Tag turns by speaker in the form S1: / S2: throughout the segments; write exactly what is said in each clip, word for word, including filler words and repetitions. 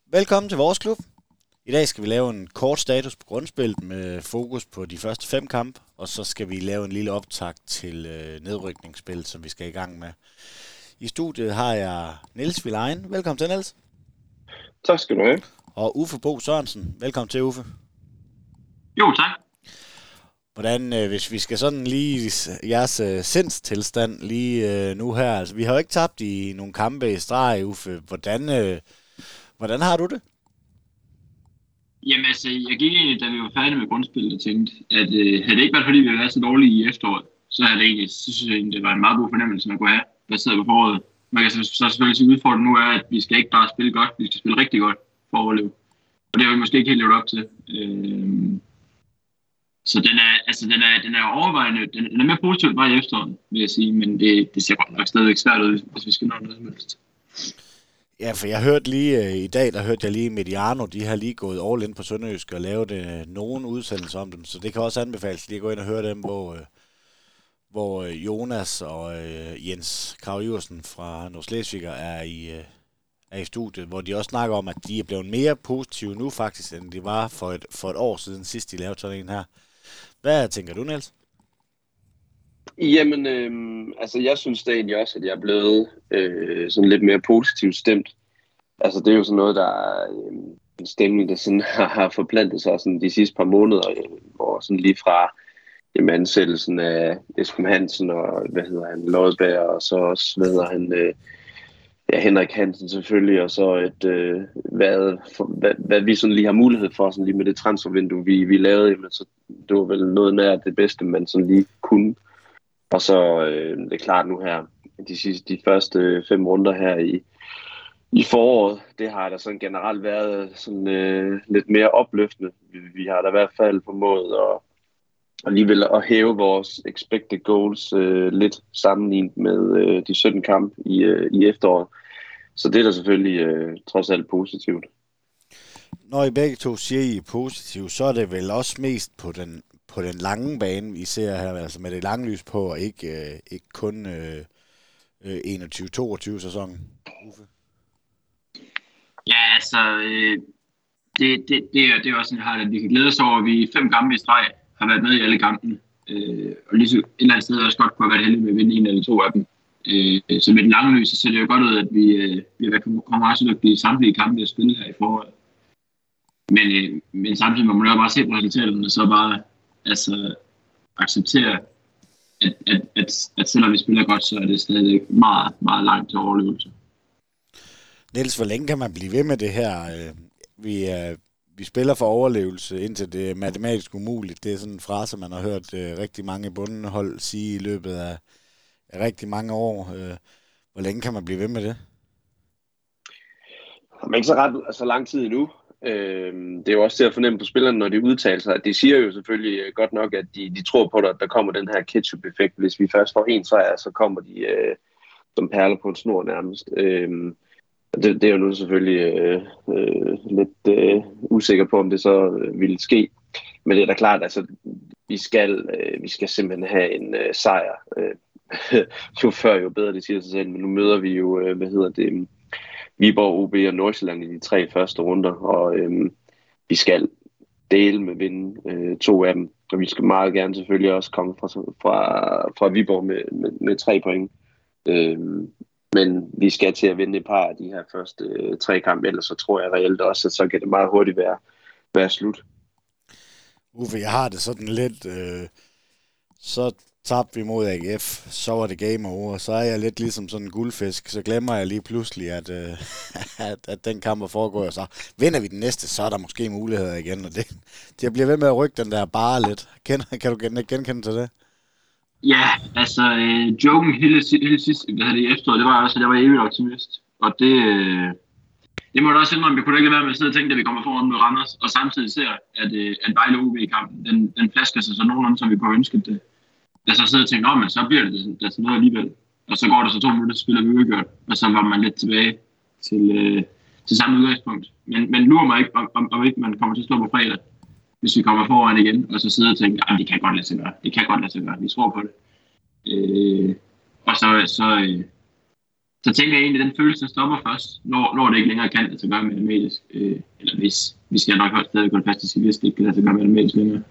S1: Velkommen til vores klub. I dag skal vi lave en kort status på grundspillet med fokus på de første fem kampe, og så skal vi lave en lille optakt til øh, nedrykningsspillet, som vi skal i gang med. I studiet har jeg Niels Vilein. Velkommen til, Niels.
S2: Tak skal du have.
S1: Og Uffe Bo Sørensen. Velkommen til, Uffe.
S3: Jo, tak.
S1: Hvordan, øh, hvis vi skal sådan lige jeres øh, sindstilstand lige øh, nu her, altså vi har jo ikke tabt i nogle kampe i streg, Uffe. Hvordan, øh, hvordan har du det?
S3: Jamen altså, jeg gik egentlig, da vi var færdige med grundspillet, og tænkte, at øh, havde det ikke været, fordi vi havde været så dårlige i efteråret, så havde det egentlig, så synes jeg egentlig, det var en meget god fornemmelse, man kunne have, baseret på foråret. Man kan så, så selvfølgelig sige, udfordringen nu er, at vi skal ikke bare spille godt, vi skal spille rigtig godt for at overleve. Og det har vi måske ikke helt levet op til. Øh, så den er, altså, den er, den er overvejende, den, den er mere positivt bare i efteråret, vil jeg sige, men det, det ser godt nok stadigvæk svært ud, hvis vi skal nå noget som helst.
S1: Ja, for jeg hørte lige øh, i dag, der hørte jeg lige Mediano, de har lige gået all in på Sønderjysk og lavet øh, nogle udsendelser om dem, så det kan også anbefales lige at gå ind og høre dem, hvor, øh, hvor øh, Jonas og øh, Jens Krag Iversen fra Nordslesviger er i, øh, er i studiet, hvor de også snakker om, at de er blevet mere positive nu faktisk, end de var for et, for et år siden sidst, de lavede sådan en her. Hvad tænker du, Niels?
S2: Jamen, øh, altså jeg synes da egentlig også, at jeg er blevet øh, sådan lidt mere positivt stemt. Altså det er jo sådan noget, der er øh, en stemning, der sådan har, har forplantet sig sådan de sidste par måneder, øh, hvor sådan lige fra jamen, ansættelsen af Esben Hansen og, hvad hedder han, Lodberg, og så også, hvad hedder han, øh, ja, Henrik Hansen selvfølgelig, og så et, øh, hvad, for, hvad, hvad vi sådan lige har mulighed for, sådan lige med det transfervindue, vi, vi lavede, jamen, så det var vel noget nær det bedste, man sådan lige kunne. Og så øh, det er klart nu her, de sidste, de første fem runder her i, i foråret, det har der sådan generelt været sådan øh, lidt mere opløftende. Vi, vi har da i hvert fald formået at alligevel at hæve vores expected goals øh, lidt sammenlignet med øh, de sytten kampe i, øh, i efteråret. Så det er da selvfølgelig øh, trods alt positivt.
S1: Når I begge to siger, I er positive, så er det vel også mest på den på den lange bane, vi ser her, altså med det lange lys på, og ikke, øh, ikke kun øh, øh, enogtyve toogtyve sæsonen. Uffe?
S3: Ja, altså, øh, det, det, det, er, det er også sådan, jeg har det, at vi kan glæde os over, at vi i fem kampe i streg har været med i alle kampene, øh, og lige så et eller andet sted også godt kunne have været heldige med at vinde en eller to af dem. Øh, så med den lange lys, så ser det jo godt ud, at vi, øh, vi har været konkurrencedygtige i samtlige kampe, vi har spillet her i foråret. Men, øh, men samtidig må man jo bare se på resultaterne, og så bare altså acceptere, at, at, at, at selvom vi spiller godt, så er det stadig meget, meget langt til overlevelse.
S1: Niels, hvor længe kan man blive ved med det her? Vi, er, vi spiller for overlevelse, indtil det er matematisk umuligt. Det er sådan en frase, man har hørt uh, rigtig mange bundehold sige i løbet af, af rigtig mange år. Uh, hvor længe kan man blive ved med det?
S2: Man ikke så ret så lang tid endnu. Det er jo også til at fornemme på spillerne, når de udtaler sig, at de siger jo selvfølgelig godt nok, at de, de tror på, at der kommer den her ketchup-effekt. Hvis vi først får en sejr, så kommer de øh, som perler på en snor nærmest. Øh, det, det er jo nu selvfølgelig øh, øh, lidt øh, usikker på, om det så øh, ville ske. Men det er da klart, altså vi skal, øh, vi skal simpelthen have en øh, sejr. Øh, jo før, jo bedre, det siger sig selv. Men nu møder vi jo, øh, hvad hedder det... Viborg, O B og Nordsjælland i de tre første runder, og øhm, vi skal dele med vinde øh, to af dem. Og vi skal meget gerne selvfølgelig også komme fra, fra, fra Viborg med, med, med tre point. Øhm, men vi skal til at vinde et par af de her første øh, tre kampe, ellers så tror jeg reelt også, at så kan det meget hurtigt være, være slut.
S1: Uffe, jeg har det sådan lidt, øh, så tabte vi mod A G F, så var det game over, så er jeg lidt ligesom sådan en guldfisk, så glemmer jeg lige pludselig, at, øh, at, at den kamp er foregået, og så vinder vi den næste, så er der måske muligheder igen, og det, det bliver ved med at rykke den der bare lidt. Kan, kan du genkende til det?
S3: Ja, altså, øh, joken hele, hele sidste, hvad det i efteråret, det var også, at jeg var evigt optimist, og det, øh, det må da også indrømme, vi kunne da ikke være med at sidde og tænke, at vi kommer foran med Randers, og samtidig ser, at, øh, at Vejle O B i kampen, den, den flasker sig så nogenlunde, som vi kunne ønske det. Jeg så sidder og tænker, men så bliver det der sådan noget alligevel. Og så går der så to minutter, så spiller vi uafgjort. Og så var man lidt tilbage til, øh, til samme udgangspunkt. Men, men lurer mig ikke, om, om, om ikke man kommer til at slå på fredag, hvis vi kommer foran igen. Og så sidder og tænker, at det kan godt lade sig gøre. Det kan godt lade sig gøre. Vi tror på det. Øh, og så, så, øh, så tænker jeg egentlig, at den følelse stopper først, når, når det ikke længere kan lade sig gøre matematisk. Øh, eller hvis, vi skal nok også stadig gå fast til, hvis det ikke kan lade sig gøre matematisk længere.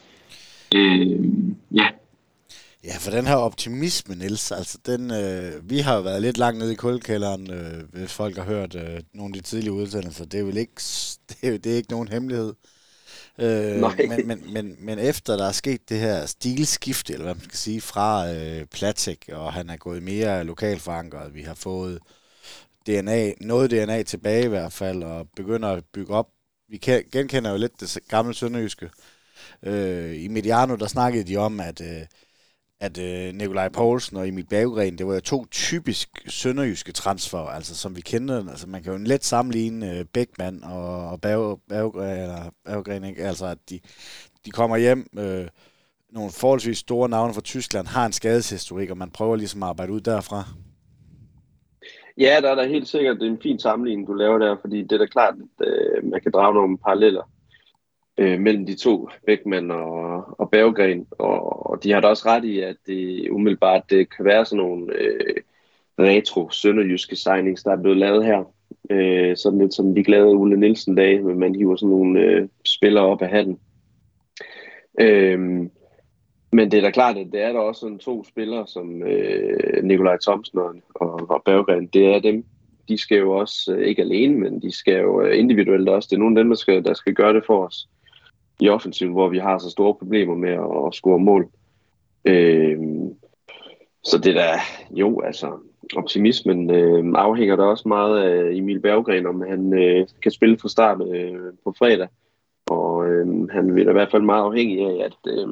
S3: Øh, ja.
S1: Ja, for den her optimisme, Niels, altså den, øh, vi har jo været lidt langt nede i kuldekælderen, øh, hvis folk har hørt øh, nogle af de tidlige udsendelser. Det er vel ikke, det er, det er ikke nogen hemmelighed. Øh, men, men, men, men efter der er sket det her stilskifte, eller hvad man skal sige, fra øh, Platek, og han er gået mere lokalt forankret, vi har fået D N A, noget D N A tilbage i hvert fald, og begynder at bygge op. Vi genkender jo lidt det gamle sønderjyske. Øh, I Mediano, der snakkede de om, at øh, at øh, Nikolaj Poulsen og Emil Berggren, det var jo to typisk sønderjyske transfer, altså som vi kender. Altså man kan jo let sammenligne øh, Bækman og, og Berg, Berg, eller Berggren, ikke? Altså at de, de kommer hjem, øh, nogle forholdsvis store navne fra Tyskland, har en skadeshistorik, og man prøver ligesom at arbejde ud derfra.
S2: Ja, der er da helt sikkert, det er en fin sammenligning, du laver der, fordi det er da klart, at øh, man kan drage nogle paralleller øh, mellem de to, Bækman og, og Berggren, og, og de har da også ret i, at det umiddelbart det kan være sådan nogle øh, retro sønderjyske signings, der er blevet lavet her. Øh, sådan lidt som de glade Ole Nielsen-dage, men man hiver sådan nogle øh, spillere op af hatten. Øh, men det er da klart, at det er der også sådan to spillere, som øh, Nikolaj Thomsen og, og, og Berggren, det er dem. De skal jo også, øh, ikke alene, men de skal jo øh, individuelt også. Det er nogle af dem, der skal, der skal gøre det for os i offensiven, hvor vi har så store problemer med at, at score mål. Øh, så det der, jo altså, optimismen øh, afhænger der også meget af Emil Berggren, om han øh, kan spille fra start øh, på fredag. Og øh, han vil i hvert fald meget afhængig af, at, øh,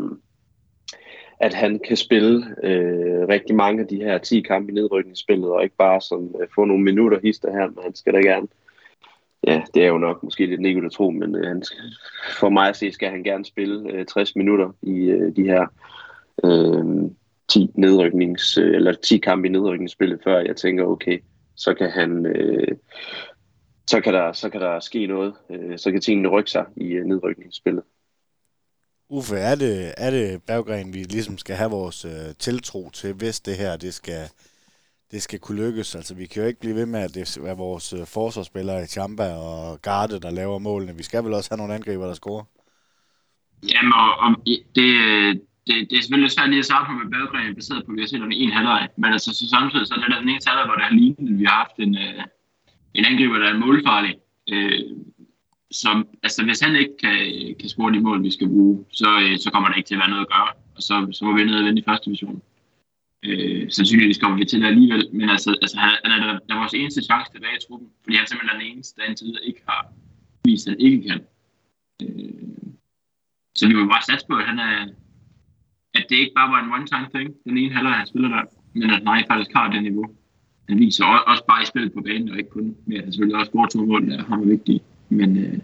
S2: at han kan spille øh, rigtig mange af de her ti kampe i nedrykningsspillet, og ikke bare sådan, øh, få nogle minutter hister her, men han skal da gerne. Ja, det er jo nok måske lidt negativt at tro, men øh, han skal, for mig at se, skal han gerne spille øh, tres minutter i øh, de her øh, ti nedryknings øh, eller ti kampe i nedrykningsspillet, før jeg tænker, okay, så kan han øh, så kan der så kan der ske noget, øh, så kan tingene rykke sig i øh, nedrykningsspillet.
S1: Uffe, er det er det Berggren, vi ligesom skal have vores øh, tiltro til, hvis det her det skal det skal kunne lykkes? Altså vi kan jo ikke blive ved med, at det er vores øh, forsvarsspillere i Tjamba og Garde, der laver målene. Vi skal vel også have nogle angriber, der scorer?
S3: Jamen, og, og det, det, det er selvfølgelig svært lige at svare på med Berggren, baseret på, at vi har set om en halvleg. Men altså, så samtidig så er det den eneste halvleg, hvor der er lignende, vi har haft en, øh, en angriber, der er målfarlig. Øh, som, altså, hvis han ikke kan, kan score de mål, vi skal bruge, så, øh, så kommer der ikke til at være noget at gøre. Og så, så må vi ned og vende i første division. Øh, sandsynligvis kommer vi til det alligevel, men altså, altså han, han er der, der er vores eneste chance tilbage i truppen, fordi han simpelthen er den eneste, der indtil videre ikke har vist, at han ikke kan. Øh, så vi må bare satse på, at han er, at det ikke bare var en one-time thing, den ene halvleg, han spiller der, men at nej, faktisk har det niveau. Han viser også bare i spillet på banen, og ikke kun med, at han selvfølgelig også scorer to mål, der har vigtigt. Men, øh,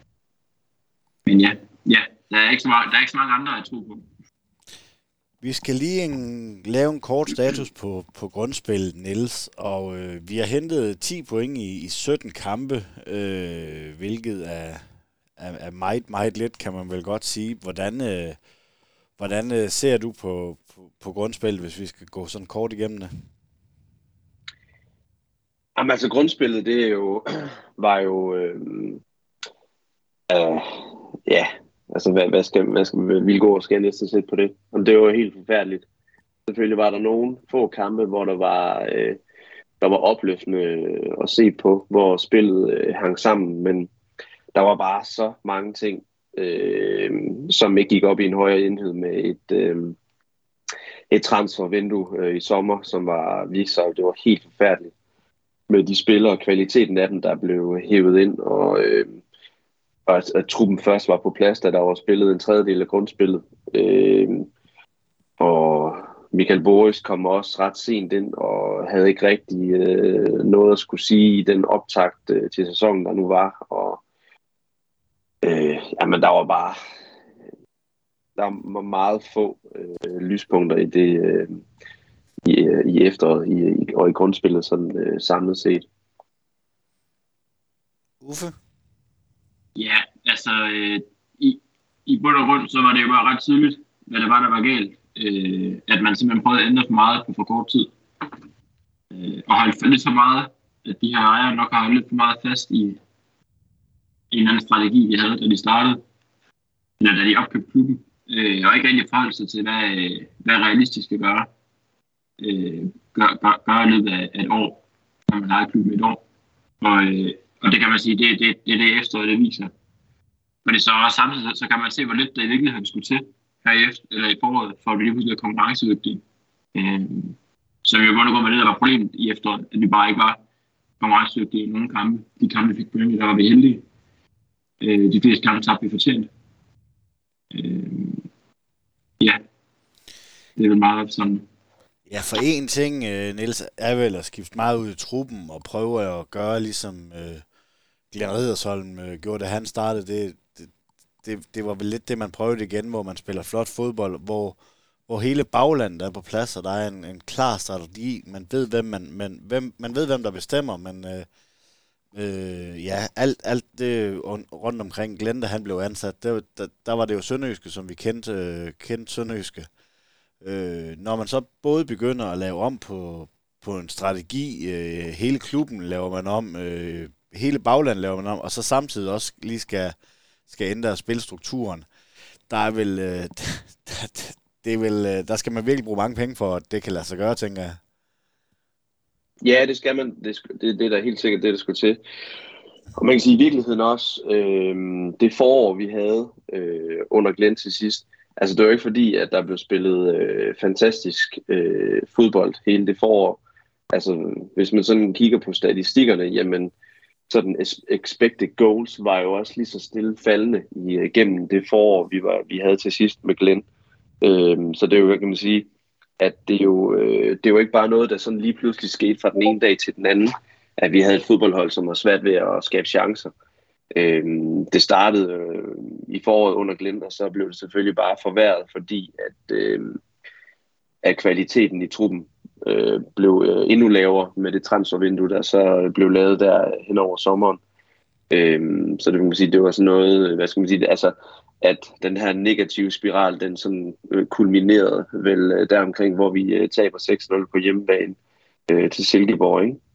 S3: men ja, ja der, er ikke så meget, der er ikke så mange andre at tro på.
S1: Vi skal lige en, lave en kort status på, på grundspillet, Niels, og øh, vi har hentet ti point i, i sytten kampe, øh, hvilket er, er, er meget, meget lidt, kan man vel godt sige. Hvordan, øh, hvordan øh, ser du på, på, på grundspillet, hvis vi skal gå sådan kort igennem det?
S2: Jamen altså grundspillet, det er jo, var jo, øh, øh, ja... Altså, hvad, hvad skal, hvad skal Vilgård skal næsten sætte på det? Og det var jo helt forfærdeligt. Selvfølgelig var der nogle få kampe, hvor der var, øh, der var opløftende at se på, hvor spillet øh, hang sammen. Men der var bare så mange ting, øh, som ikke gik op i en højere enhed med et, øh, et transfervindue øh, i sommer, som var vist sig, det var helt forfærdeligt. Med de spillere og kvaliteten af dem, der blev hævet ind, og... Øh, og at, at truppen først var på plads, da der var spillet en tredjedel af grundspillet. Øh, og Michael Boris kom også ret sent ind, og havde ikke rigtig øh, noget at skulle sige i den optakt øh, til sæsonen, der nu var. Og øh, jamen, der var bare der var meget få øh, lyspunkter i det øh, i, i efteråret i, i, og i grundspillet sådan øh, samlet set.
S1: Uffe?
S3: Ja, altså øh, i, i bund og grund, så var det jo bare ret tydeligt, hvad der var, der var galt. Øh, at man simpelthen prøvede at ændre for meget på for kort tid. øh, og holdt lidt så meget, at de her ejere nok har holdt lidt for meget fast i, i en anden strategi, de havde, da de startede, eller da de opkøbte klubben, øh, og ikke rigtig forholdt sig til, hvad, hvad realistisk skal gøre, øh, gør, gør, gør i løbet af et år, når man har klubben et år. Og, øh, og det kan man sige, det er det, det, det efteråret, det viser. Men det så også samtidig, så kan man se, hvor lidt det i virkeligheden skulle til her i, efter, eller i foråret, for at vi lige pludselig er konkurrencedygtige. Øh, så vi var godt med det, der var problemet i efteråret, at vi bare ikke var konkurrencedygtige i nogle kampe. De kampe, vi fik point, der var vi heldige. Øh, de fleste kampe tabte vi fortjent. Øh, ja, det er vel meget sådan.
S1: Ja, for en ting, Niels, er vel at skifte meget ud i truppen og prøve at gøre ligesom øh, Glenn Riddersholm øh, gjorde, da han startede. Det, det, det, det var vel lidt det, man prøvede igen, hvor man spiller flot fodbold, hvor, hvor hele baglandet er på plads, og der er en, en klar strategi. Man ved, hvem, man, man, hvem, man ved, hvem der bestemmer, men øh, øh, ja, alt, alt det rundt omkring Glenn, da han blev ansat, det, der, der var det jo Sønderjyske, som vi kendte, øh, kendte Sønderjyske. Øh, når man så både begynder at lave om på, på en strategi, øh, hele klubben laver man om, øh, hele baglandet laver man om, og så samtidig også lige skal, skal ændre spilstrukturen, der er vel, øh, det er vel, der skal man virkelig bruge mange penge for, at det kan lade sig gøre, tænker jeg.
S2: Ja, det skal man. Det, det, det er da helt sikkert det, der skulle til. Og man kan sige i virkeligheden også, øh, det forår, vi havde øh, under Glenn til sidst, altså det var ikke fordi, at der blev spillet øh, fantastisk øh, fodbold hele det forår. Altså hvis man sådan kigger på statistikkerne, jamen sådan expected goals var jo også lige så stille faldende i, gennem det forår, vi, var, vi havde til sidst med Glenn. Øh, så det er jo, kan man sige, at det er, jo, øh, det er jo ikke bare noget, der sådan lige pludselig skete fra den ene dag til den anden, at vi havde et fodboldhold, som var svært ved at skabe chancer. Øhm, det startede øh, i foråret under Glenn, og så blev det selvfølgelig bare forværret, fordi at, øh, at kvaliteten i truppen øh, blev øh, endnu lavere med det transfervindue, der så blev lavet der hen over sommeren. Øhm, så det vil man sige, det var sådan noget, hvad skal man sige, altså at den her negative spiral, den sådan øh, kulminerede vel øh, deromkring, hvor vi øh, taber seks nul på hjemmebane øh, til Silkeborg, ikke?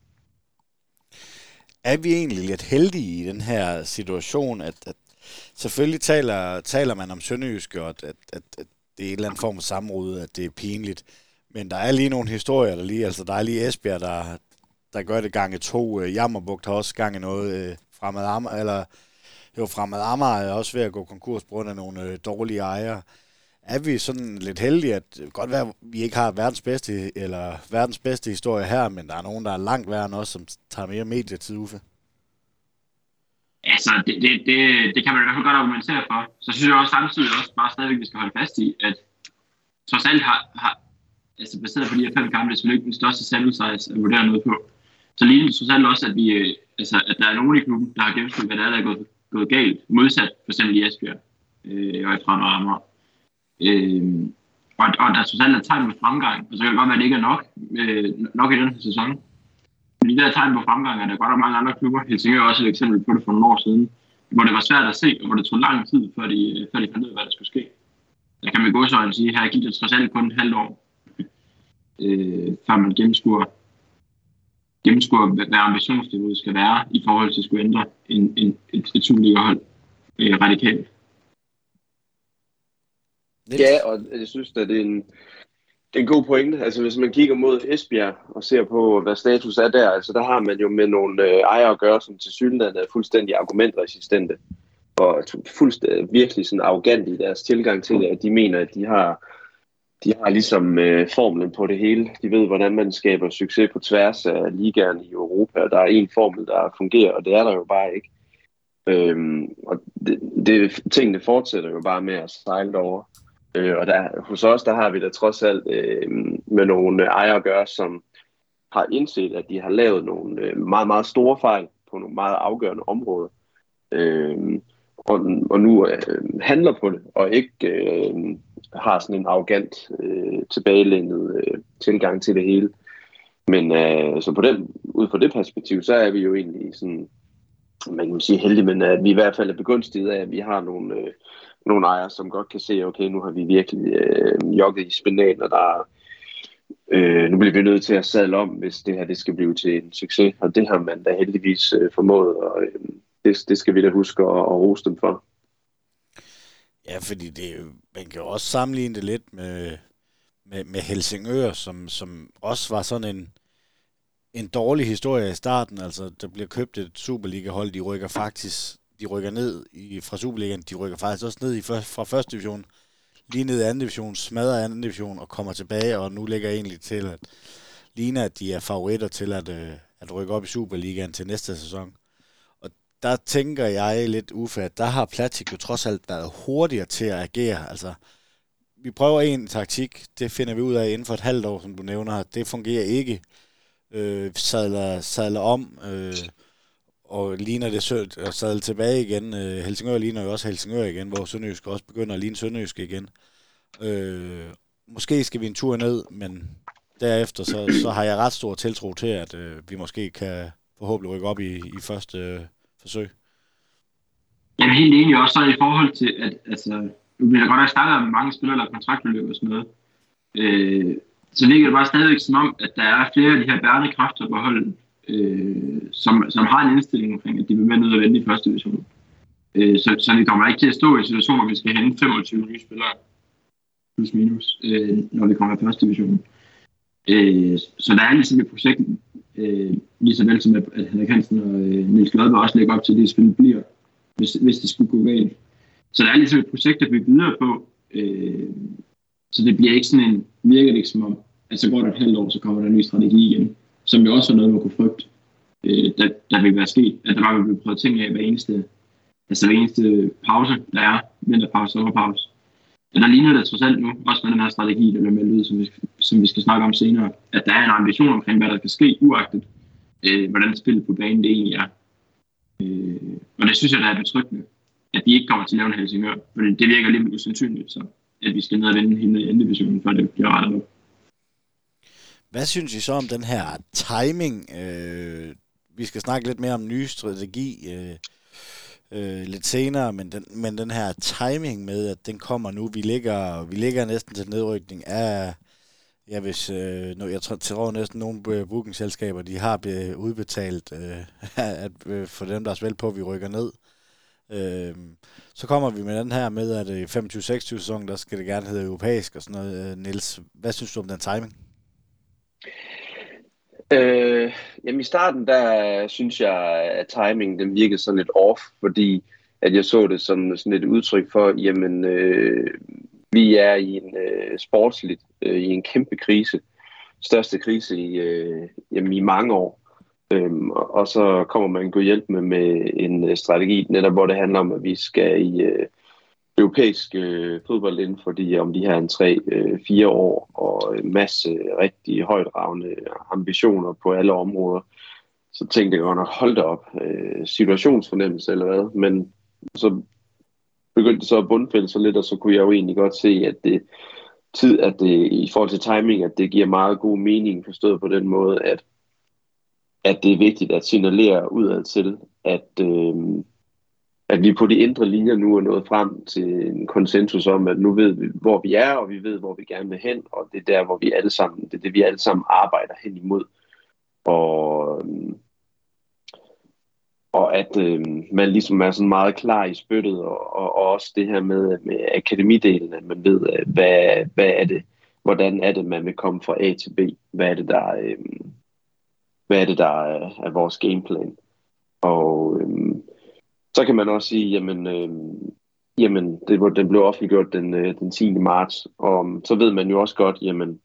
S1: Er vi egentlig lidt heldige i den her situation, at, at selvfølgelig taler, taler man om Sønderjyske, og at, at, at, at det er en eller anden form af sammenbrud, at det er pinligt, men der er lige nogle historier, der lige, altså der er lige Esbjerg, der, der gør det gange to, Jammerbugt har også gange noget, Fremad Amager, eller jo, Fremad Amager er også ved at gå konkurs på grund af nogle øh, dårlige ejere. Er vi sådan lidt heldige, at det godt være, at vi ikke har verdens bedste, eller verdens bedste historie her, men der er nogen, der er langt værre end os, som tager mere medietid, Uffe?
S3: Altså, det, det, det, det kan man i hvert fald godt argumentere for. Så synes jeg også samtidig også bare stadigvæk, vi skal holde fast i, at trods alt har, har altså baseret på de her fem kampe, det er selvfølgelig ikke den største sample size at vurdere noget på. Så lige nu trods alt også, at, vi, altså, at der er nogen i klubben, der har gennemskudt, hvad der er, der er gået, gået galt, modsat for eksempel i Esbjerg øh, og i Fremad Amager. Øh, og, og der er trods alt er tegn på fremgang, og så kan det godt være, at det ikke er nok, øh, nok i den her sæson. Men de der tegn på fremgang er der godt af mange andre klubber. Helsingør er også et eksempel på det for nogle år siden, hvor det var svært at se, og hvor det tog lang tid, før de, før de fandt ud af, hvad der skulle ske. Der kan man gå så og sige, her gik det trods alt kun en halv år, øh, før man gennemskuer, gennemskuer, hvad ambitionsniveauet skal være, i forhold til at skulle ændre en, en, et, et Superliga-hold øh, radikalt.
S2: Ja, og jeg synes, at det er en, det er en god pointe. Altså hvis man kigger mod Esbjerg og ser på, hvad status er der, altså der har man jo med nogle øh, ejere at gøre, som til synligheden er fuldstændig argumentresistente, og fuldstændig virkelig sådan arrogant i deres tilgang til det, at de mener, at de har, de har ligesom øh, formlen på det hele. De ved, hvordan man skaber succes på tværs af ligaen i Europa, og der er en formel, der fungerer, og det er der jo bare ikke. Øhm, og det, det, tingene fortsætter jo bare med at sejle derovre. Øh, og der, hos os, der har vi da trods alt øh, med nogle ejere at gøre, som har indset, at de har lavet nogle øh, meget, meget store fejl på nogle meget afgørende områder. Øh, og, og nu øh, handler på det, og ikke øh, har sådan en arrogant, øh, tilbagelænet øh, tilgang til det hele. Men øh, så på den, ud fra det perspektiv, så er vi jo egentlig sådan, man kan sige heldige, men at vi i hvert fald er begunstiget af, at vi har nogle, øh, nogle ejere, som godt kan se, okay, nu har vi virkelig øh, jogget i spinat, og der er Øh, nu bliver vi nødt til at sadle om, hvis det her det skal blive til en succes, og det har man da heldigvis øh, formået, og øh, det, det skal vi da huske at, at rose dem for.
S1: Ja, fordi det, man kan jo også sammenligne det lidt med, med, med Helsingør, som, som også var sådan en, en dårlig historie i starten. Altså, der bliver købt et Superliga-hold, de rykker faktisk de rykker ned i, fra Superligaen, de rykker faktisk også ned i, fra første division, lige ned i anden division, smadrer anden division og kommer tilbage, og nu ligger egentlig til at ligne, at de er favoritter til at, øh, at rykke op i Superligaen til næste sæson. Og der tænker jeg lidt ufærdigt, der har Platic jo trods alt været hurtigere til at agere. Altså, vi prøver en taktik, det finder vi ud af inden for et halvt år, som du nævner, det fungerer ikke. Øh, sadler, sadler om, øh, og ligner det sødt og sadler tilbage igen. Øh, Helsingør ligner jo også Helsingør igen, hvor Sønderjysk også begynder at ligne Sønderjysk igen. Øh, måske skal vi en tur ned, men derefter så, så har jeg ret stor tiltro til, at øh, vi måske kan forhåbentlig rykke op i, i første øh, forsøg.
S3: Jeg er helt enig også så i forhold til, at altså, nu bliver der godt nok snakket om mange spillere, der kontraktbeløb og sådan noget. Øh, så virker det bare stadigvæk som om, at der er flere af de her bærende kræfter på holdet, øh, som, som har en indstilling omkring, at de vil med ned og vente i første division. Øh, så, så vi kommer ikke til at stå i en situation, hvor vi skal hente femogtyve nye spillere, plus minus, øh, når vi kommer i første division. Øh, så der er ligesom et projekt, øh, lige så vel som at Henrik Hansen og øh, Niels Glodberg også lægger op til, at det spil bliver, hvis, hvis det skulle gå galt. Så der er ligesom et projekt, der bliver videre på, øh, så det bliver ikke sådan en, virker det ikke som om, at så går der et halvt år, så kommer der en ny strategi igen, som jo også er noget, man kunne frygte, øh, der, der vil være sket, at der bare vil blive prøvet ting af hver eneste, altså hver eneste pause, der er, vinterpause, sommerpause. Og der ligner det trods alt nu, også med den her strategi, der bliver meldt ud, som vi, som vi skal snakke om senere, at der er en ambition omkring, hvad der kan ske, uagtet, øh, hvordan spillet på banen det egentlig er. Øh, og det synes jeg, der er betryggende, at vi ikke kommer til at lave en Helsingør, for det virker lidt usandsynligt, så at vi skal ned og vende hele i anden divisionen, før det bliver rettet op.
S1: Hvad synes I så om den her timing? Øh, vi skal snakke lidt mere om ny strategi øh, øh, lidt senere, men den, men den her timing med, at den kommer nu, vi ligger, vi ligger næsten til nedrykning af, ja, hvis, øh, nu, jeg tror, tror næsten nogle bookingselskaber, de har be, udbetalt øh, at, øh, for dem, der er spil på, at vi rykker ned. Øh, så kommer vi med den her med, at i femogtyve seksogtyve sæsonen, der skal det gerne hedde europæisk og sådan noget. Niels, hvad synes du om den timing?
S2: Øh, jamen i starten, der synes jeg, at timingen den virkede sådan lidt off, fordi at jeg så det som sådan et udtryk for, jamen øh, vi er i en øh, sportsligt, øh, i en kæmpe krise, største krise i, øh, jamen, i mange år. Øhm, og så kommer man gå hjælp med, med en øh, strategi, netop hvor det handler om, at vi skal i øh, europæisk øh, fodbold inden for de, om de her en tre, øh, fire år, og en masse rigtig højtravende ambitioner på alle områder. Så tænkte jeg godt nok, hold da op, øh, situationsfornemmelse eller hvad, men så begyndte det så at bundfælde sig lidt, og så kunne jeg jo egentlig godt se, at det tid, at det i forhold til timing, at det giver meget god mening, forstået på den måde, at at det er vigtigt at signalere udad til, at, øh, at vi på de indre linjer nu er nået frem til en konsensus om, at nu ved vi, hvor vi er, og vi ved, hvor vi gerne vil hen, og det er der, hvor vi alle sammen, det er det, vi alle sammen arbejder hen imod. Og, øh, og at øh, man ligesom er sådan meget klar i spyttet, og, og, og også det her med, med akademidelen, at man ved, hvad, hvad er det, hvordan er det, man vil komme fra A til B, hvad er det, der øh, hvad er det, der er, er vores gameplan. Og øhm, så kan man også sige, jamen, øhm, jamen det, den blev offentliggjort den, øh, den tiende marts, og så ved man jo også godt, jamen,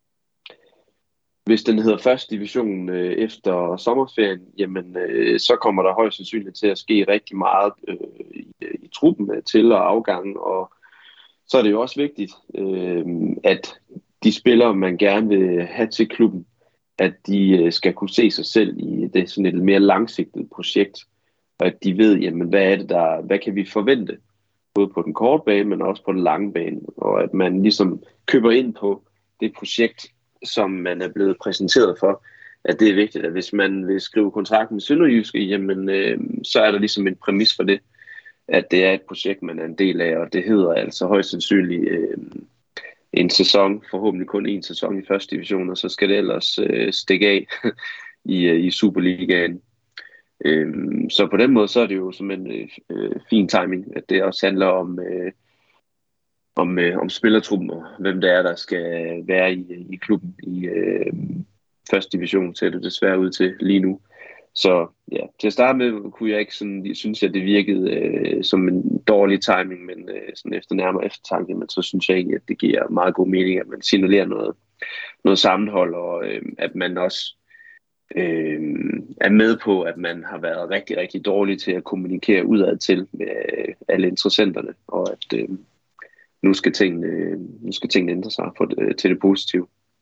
S2: hvis den hedder første division øh, efter sommerferien, jamen, øh, så kommer der højst sandsynligt til at ske rigtig meget øh, i, i truppen øh, til og afgang, og så er det jo også vigtigt, øh, at de spillere, man gerne vil have til klubben, at de skal kunne se sig selv i det sådan et mere langsigtet projekt, og at de ved, jamen, hvad er det der, hvad kan vi forvente, både på den korte bane, men også på den lange bane, og at man ligesom køber ind på det projekt, som man er blevet præsenteret for, at det er vigtigt, at hvis man vil skrive kontrakt med Sønderjyske, jamen, øh, så er der ligesom en præmis for det, at det er et projekt, man er en del af, og det hedder altså højst sandsynligt øh, en sæson, forhåbentlig kun en sæson i første division, og så skal det ellers øh, stikke af i, øh, i Superligaen. Øhm, så på den måde, så er det jo som en øh, fin timing, at det også handler om, øh, om, øh, om spillertruppen, og hvem det er, der skal være i, i klubben i øh, første division, ser det desværre ud til lige nu. Så ja, til at starte med kunne jeg ikke sådan, jeg synes jeg, det virkede øh, som en dårlig timing, men øh, sådan efter nærmere eftertanke, men så synes jeg egentlig, at det giver meget god mening, at man signalerer noget, noget sammenhold, og øh, at man også øh, er med på, at man har været rigtig, rigtig dårlig til at kommunikere udad til med øh, alle interessenterne, og at øh, nu skal tingene, øh, nu skal tingene ændre sig på det, til det positive.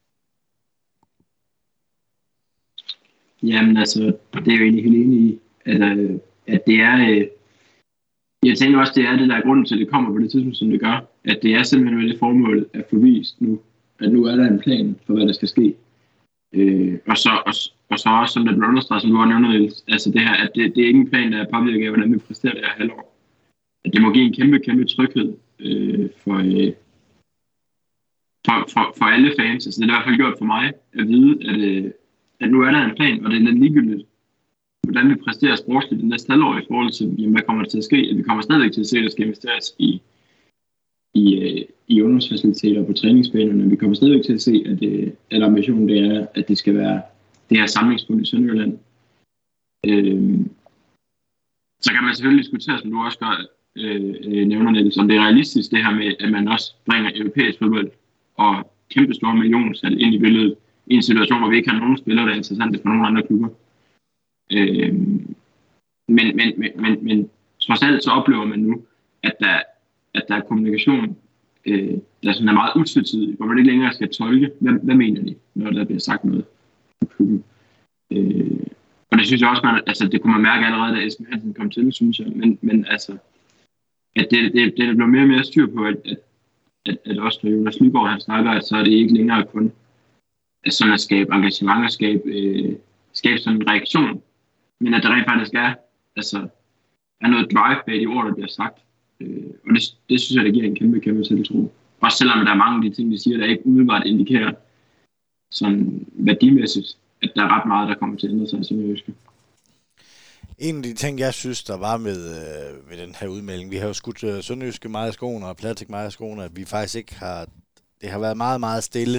S3: Jamen altså, det er jo egentlig helt enig i, at, øh, at det er, øh, jeg tænker også, det er det, der er grunden til, at det kommer på det tidspunkt, som det gør, at det er simpelthen med det formål at få vist nu, at nu er der en plan for, hvad der skal ske. Øh, og, så, og, og så også, som der bliver understreget, som du har nævnt, altså det her, at det, det er ikke en plan, der er påvirket af, hvordan vi præsterer det her halvår. At det må give en kæmpe, kæmpe tryghed øh, for, øh, for, for, for alle fans. Altså det er i hvert fald gjort for mig at vide, at øh, at nu er der en plan, og det er lidt ligegyldigt, hvordan vi præsterer sportsligt det næste halvår i forhold til, jamen, hvad kommer der til at ske? At vi kommer stadigvæk til at se, at der skal investeres i, i, i ungdomsfaciliteter på træningsbanerne. Vi kommer stadigvæk til at se, at, det, at ambitionen det er, at det skal være det her samlingspunkt i Sønderjylland. Øhm, så kan man selvfølgelig diskutere, som du også gør, øh, nævner, Niels, om det er realistisk, det her med, at man også bringer europæisk fodbold og kæmpe store millioner ind i billedet, i en situation, hvor vi ikke har nogen spillere, der er interessante for nogle andre klubber. Øh, men, men, men, men, men trods alt så oplever man nu, at der, at der er kommunikation, øh, der sådan er meget utvetydig, hvor man ikke længere skal tolke, hvad, hvad mener de, når der bliver sagt noget på klubben. Øh, og det synes jeg også, man, altså det kunne man mærke allerede, da Esben Hansen kom til, synes jeg, men, men altså, at det, det, det bliver mere og mere styr på, at, at, at, at også når Jonas Nygaard han snakker, at så er det ikke længere kun sådan at skabe engagement og skabe, øh, skabe sådan en reaktion, men at der rent faktisk er, altså, er noget drive bag de ord, der bliver sagt. Øh, og det, det synes jeg, der giver en kæmpe, kæmpe tiltro. Også selvom der er mange af de ting, de siger, der ikke umiddelbart indikerer sådan værdimæssigt, at der er ret meget, der kommer til at ændre sig i Sønderjyske.
S1: En af de ting, jeg synes, der var med, øh, med den her udmelding, vi har jo skudt øh, Sønderjyske meget i skoene og Platik meget i skoene, at vi faktisk ikke har, det har været meget, meget stille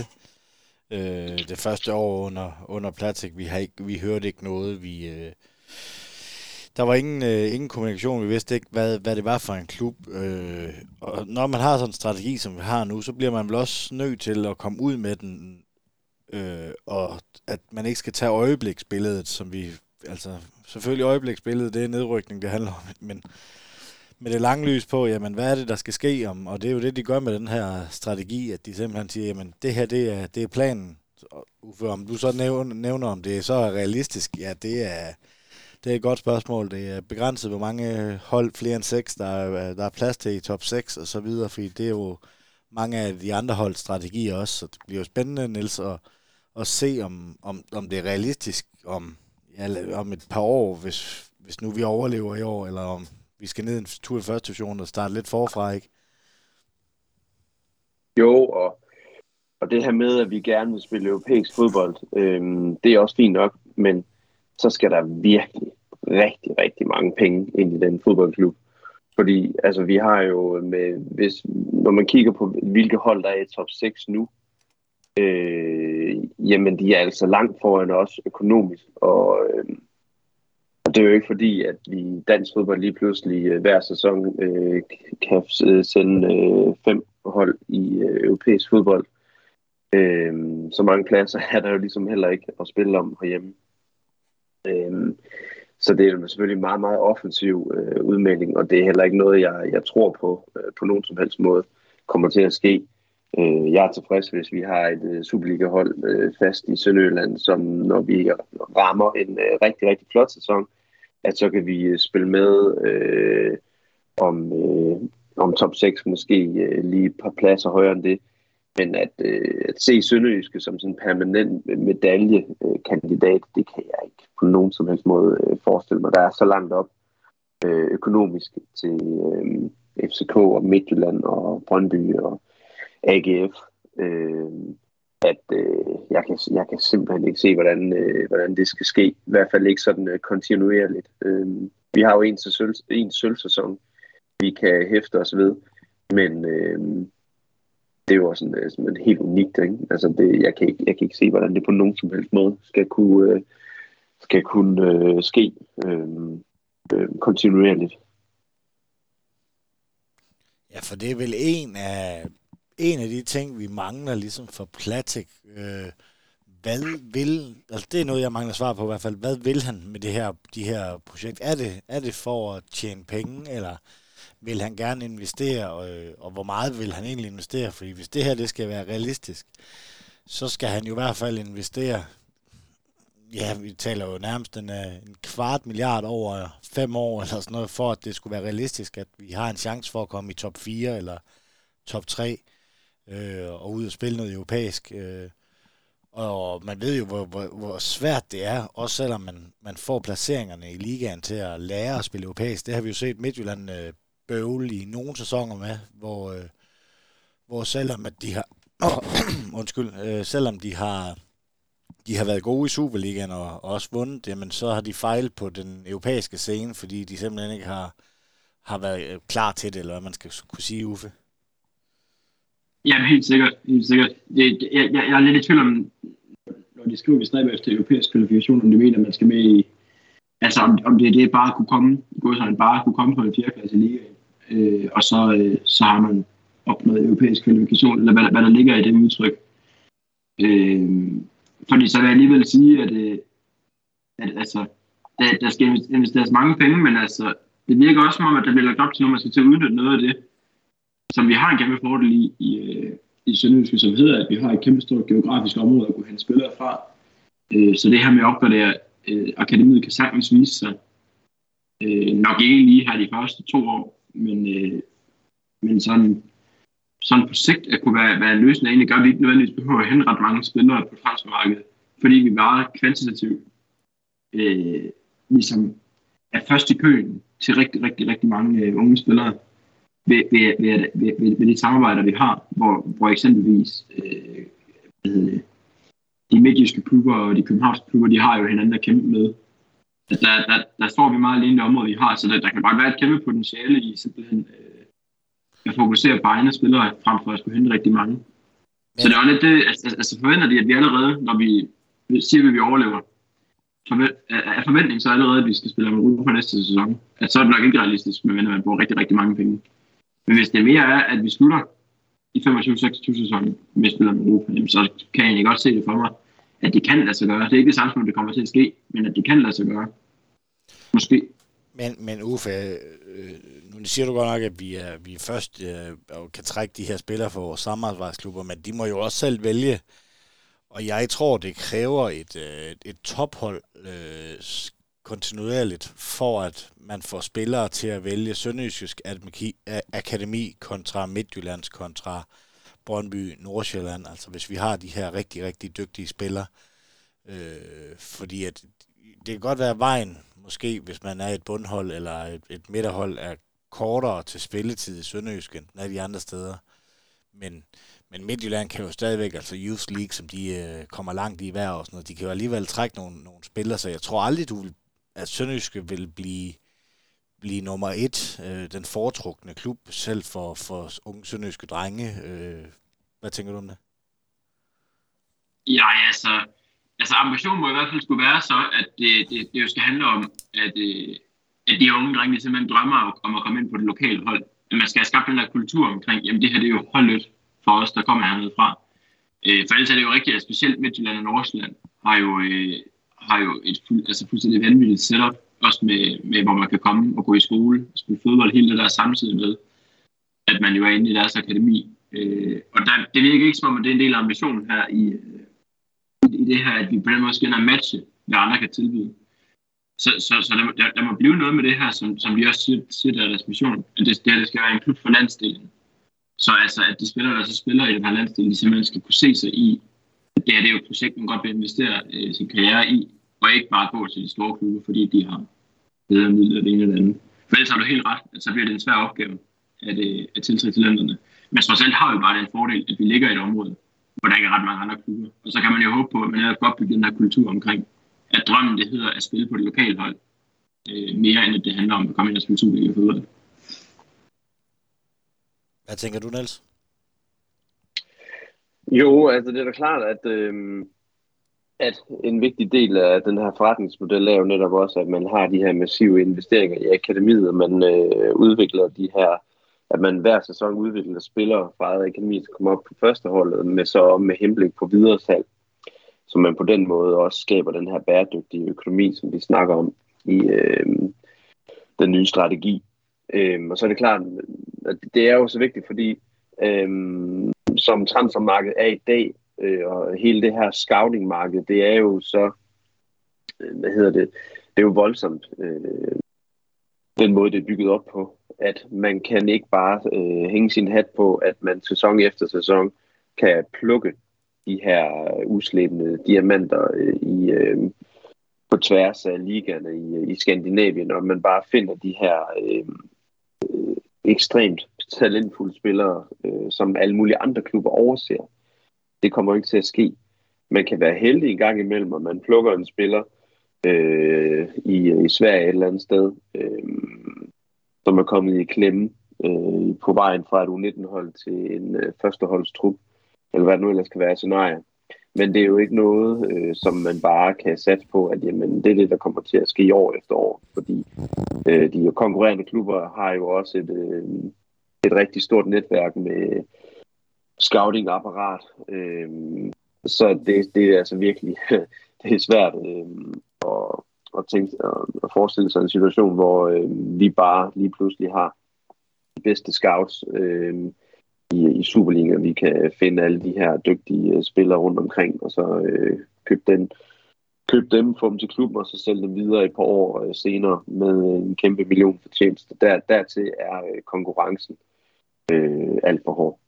S1: øh, det første år under, under Platik. Vi har ikke, vi hørte ikke noget, vi... Øh, Der var ingen, øh, ingen kommunikation, vi vidste ikke, hvad, hvad det var for en klub. Øh, og når man har sådan en strategi, som vi har nu, så bliver man vel også nødt til at komme ud med den, øh, og at man ikke skal tage øjebliksbilledet, som vi, altså selvfølgelig øjebliksbilledet, det er nedrykning, det handler om, men med det lange lys på, jamen hvad er det, der skal ske om, og det er jo det, de gør med den her strategi, at de simpelthen siger, jamen det her, det er, det er planen. Uffe, om du så nævner, nævner, om det så er realistisk, ja, det er... Det er et godt spørgsmål. Det er begrænset, hvor mange hold, flere end seks, der er, der er plads til i top seks og så videre, fordi det er jo mange af de andre holds strategier også, så det bliver jo spændende, Niels, at, at se, om, om, om det er realistisk om, ja, om et par år, hvis, hvis nu vi overlever i år, eller om vi skal ned en tur i første division og starte lidt forfra, ikke?
S2: Jo, og, og det her med, at vi gerne vil spille europæisk fodbold, øhm, det er også fint nok, men så skal der virkelig rigtig, rigtig mange penge ind i den fodboldklub. Fordi altså, vi har jo, med, hvis, når man kigger på, hvilke hold der er i top seks nu, øh, jamen de er altså langt foran os økonomisk. Og, øh, og det er jo ikke fordi, at vi i dansk fodbold lige pludselig øh, hver sæson øh, kan sende øh, fem hold i øh, europæisk fodbold. Øh, så mange pladser er der jo ligesom heller ikke at spille om herhjemme. Øhm, så det er selvfølgelig en meget, meget offensiv øh, udmelding, og det er heller ikke noget, jeg, jeg tror på øh, på nogen som helst måde kommer til at ske. Øh, jeg er tilfreds, hvis vi har et øh, Superliga-hold øh, fast i Sønderjylland, som når vi rammer en øh, rigtig, rigtig flot sæson, at så kan vi øh, spille med øh, om, øh, om top seks, måske øh, lige et par pladser højere end det. Men at, øh, at se Sønderjyske som sådan en permanent medaljekandidat, det kan jeg ikke på nogen som helst måde øh, forestille mig. Der er så langt op øh, økonomisk til øh, F C K og Midtjylland og Brøndby og A G F. Øh, at øh, jeg, kan, jeg kan simpelthen ikke se, hvordan, øh, hvordan det skal ske. I hvert fald ikke sådan øh, kontinuerligt. Øh, vi har jo en, sølv, en sølvsæson, vi kan hæfte os ved, men øh, det er jo også sådan, sådan helt unikt. Ikke? Altså det, jeg, kan ikke, jeg kan ikke se, hvordan det på nogen som helst måde skal kunne, øh, skal kunne øh, ske øh, øh, kontinuerligt.
S1: Ja, for det er vel en af, en af de ting, vi mangler ligesom for Platek. Øh, hvad vil, altså det er noget, jeg mangler svar på i hvert fald. Hvad vil han med det her, de her projekt? Er det, er det for at tjene penge, eller vil han gerne investere, og, og hvor meget vil han egentlig investere? Fordi hvis det her det skal være realistisk, så skal han jo i hvert fald investere, ja, vi taler jo nærmest en, en kvart milliard over fem år, eller sådan noget, for at det skulle være realistisk, at vi har en chance for at komme i top fire, eller top tre, øh, og ud og spille noget europæisk. Øh, og man ved jo, hvor, hvor, hvor svært det er, også selvom man, man får placeringerne i ligaen til at lære at spille europæisk. Det har vi jo set Midtjylland øh, bøvle i nogle sæsoner med, hvor, øh, hvor selvom at de har, oh, undskyld, øh, selvom de har, de har været gode i Superligaen og, og også vundet, jamen så har de fejlet på den europæiske scene, fordi de simpelthen ikke har, har været klar til det, eller hvad man skal kunne sige, Uffe.
S3: Ja, helt sikkert. Helt sikkert. Det, det, jeg, jeg er lidt i tvivl om, når de skriver, vi stræber efter europæisk kvalifikation, om de mener, at man skal med i, altså om, om det er det bare kunne komme, sådan bare kunne komme på en fjerdeplads i ligaen, øh, og så, øh, så har man opnået europæisk kvalifikation, eller hvad, hvad der ligger i det udtryk. Øh, fordi så vil jeg alligevel sige, at, øh, at altså, der, der skal investeres mange penge, men altså, det virker også som om, at der bliver lagt op til, når man skal til at udnytte noget af det, som vi har en kæmpe fordel i, i, i Sønderjyske, som hedder, at vi har et kæmpe stort geografisk område at kunne hente spillere fra. Øh, så det her med at opgradere øh, akademiet kan sagtens vise sig. Øh, nok ikke lige her de første to år, men, øh, men sådan, sådan på sigt at kunne være, være en løsning, der egentlig gør, at vi ikke nødvendigvis behøver at hente ret mange spillere på transfermarkedet, fordi vi bare kvantitativt øh, ligesom er først i køen til rigtig, rigtig, rigtig mange øh, unge spillere. Ved, ved, ved, ved, ved, ved de samarbejder, vi har, hvor, hvor eksempelvis øh, hvad de midtjyske klubber og de københavnske klubber, de har jo hinanden at kæmpe med. Der, der, der står vi meget alene i det område, vi har, så der, der kan bare være et kæmpe potentiale i simpelthen øh, at fokusere på egne spillere, frem for at skulle hente rigtig mange. Ja. Så det er lidt det, altså, altså forventer de, at vi allerede, når vi siger, at vi overlever, af forventning så allerede, at vi skal spille Europa på næste sæson, at så er det nok ikke realistisk, men man bruger rigtig, rigtig mange penge. Men hvis det mere er, at vi slutter i femogtyve seksogtyve sæsonen med spiller med Europa, så kan jeg egentlig godt se det for mig, at det kan lade sig gøre. Det er ikke det samme som det kommer til at ske, men at det kan lade sig gøre. Måske.
S1: Men, men Uffe, øh, nu siger du godt nok, at vi er, vi er først øh, og kan trække de her spillere for vores samarbejdsklubber, men de må jo også selv vælge. Og jeg tror, det kræver et, øh, et tophold øh, kontinuerligt, for at man får spillere til at vælge Sønderjysk Akademi kontra Midtjyllands kontra Brøndby, Nordsjælland. Altså hvis vi har de her rigtig, rigtig dygtige spillere. Øh, fordi at det kan godt være vejen, måske hvis man er et bundhold eller et, et midterhold, er kortere til spilletid i Sønderjysk end de andre steder. Men, men Midtjylland kan jo stadigvæk, altså Youth League, som de øh, kommer langt i hver og sådan noget, de kan jo alligevel trække nogle, nogle spillere, så jeg tror aldrig, du vil at Sønderjyske vil blive, blive nummer et, øh, den foretrukne klub, selv for, for unge sønderjyske drenge. Øh, hvad tænker du om det?
S3: Ja, altså, altså ambitionen må i hvert fald skulle være så, at det, det, det jo skal handle om, at, øh, at de unge drenge simpelthen drømmer om at komme ind på det lokale hold. At man skal have skabt den der kultur omkring, jamen det her det er jo holdet for os, der kommer hernede fra. Øh, for ellers er det jo rigtigt, at specielt Midtjylland og Nordsjælland har jo... Øh, har jo et fuld, altså fuldstændig vanvittigt setup, også med, med, hvor man kan komme og gå i skole, og spille fodbold, hele det der samtidig med, at man jo er inde i deres akademi. Øh, og der, det virker ikke som om, at det er en del af ambitionen her i, i det her, at vi på den måde skal ind og matche, hvad andre kan tilbyde. Så, så, så der, der, der må blive noget med det her, som, som vi også siger, siger der er deres mission, at det, det, det skal være en klub for landsdelen. Så altså, at de spillere, der så spiller i den her landsdel, de simpelthen skal kunne se sig i, at det, her, det er jo et projekt, man godt vil investere øh, sin karriere i, og ikke bare gå til de store klubber, fordi de har bedre midler det ene eller andet. For ellers har du helt ret, at så bliver det en svær opgave at, at tiltrække talenterne. Men trods alt har vi bare den fordel, at vi ligger i et område, hvor der ikke er ret mange andre klubber. Og så kan man jo håbe på, at man har godt bygget den her kultur omkring, at drømmen det hedder at spille på det lokale hold, øh, mere end at det handler om at komme ind og spille Superliga fodbold.
S1: Hvad tænker du, Niels?
S2: Jo, altså det er da klart, at, øh, at en vigtig del af den her forretningsmodel er jo netop også, at man har de her massive investeringer i akademiet, og man øh, udvikler de her, at man hver sæson udvikler spillere fra eget akademi, til komme op på førsteholdet, med så med henblik på videresalg, så man på den måde også skaber den her bæredygtige økonomi, som vi snakker om i øh, den nye strategi. Øh, og så er det klart, at det er jo så vigtigt, fordi øh, som transfermarkedet er i dag, øh, og hele det her scouting-marked, det er jo så, øh, hvad hedder det, det er jo voldsomt, øh, den måde, det er bygget op på, at man kan ikke bare øh, hænge sin hat på, at man sæson efter sæson kan plukke de her uslebne diamanter øh, i, øh, på tværs af ligaerne i, i Skandinavien, og man bare finder de her øh, øh, ekstremt talentfulde spillere, øh, som alle mulige andre klubber overser. Det kommer ikke til at ske. Man kan være heldig en gang imellem, og man plukker en spiller øh, i, i Sverige et eller andet sted, øh, som er kommet i klemme øh, på vejen fra et U nitten-hold til en øh, førsteholdstrup, eller hvad det nu ellers kan være scenarie. Men det er jo ikke noget, øh, som man bare kan satse på, at jamen, det er det, der kommer til at ske år efter år, fordi øh, de konkurrerende klubber har jo også et, øh, et rigtig stort netværk med scouting-apparat, øh, så det, det er altså virkelig det er svært øh, at, at, tænke, at, at forestille sig en situation, hvor øh, vi bare lige pludselig har de bedste scouts øh, i, i Superliga. Vi kan finde alle de her dygtige spillere rundt omkring, og så øh, købe, den, købe dem, få dem til klubben, og så sælge dem videre et par år øh, senere med en kæmpe million fortjeneste. Der, dertil er øh, konkurrencen øh, alt for hård.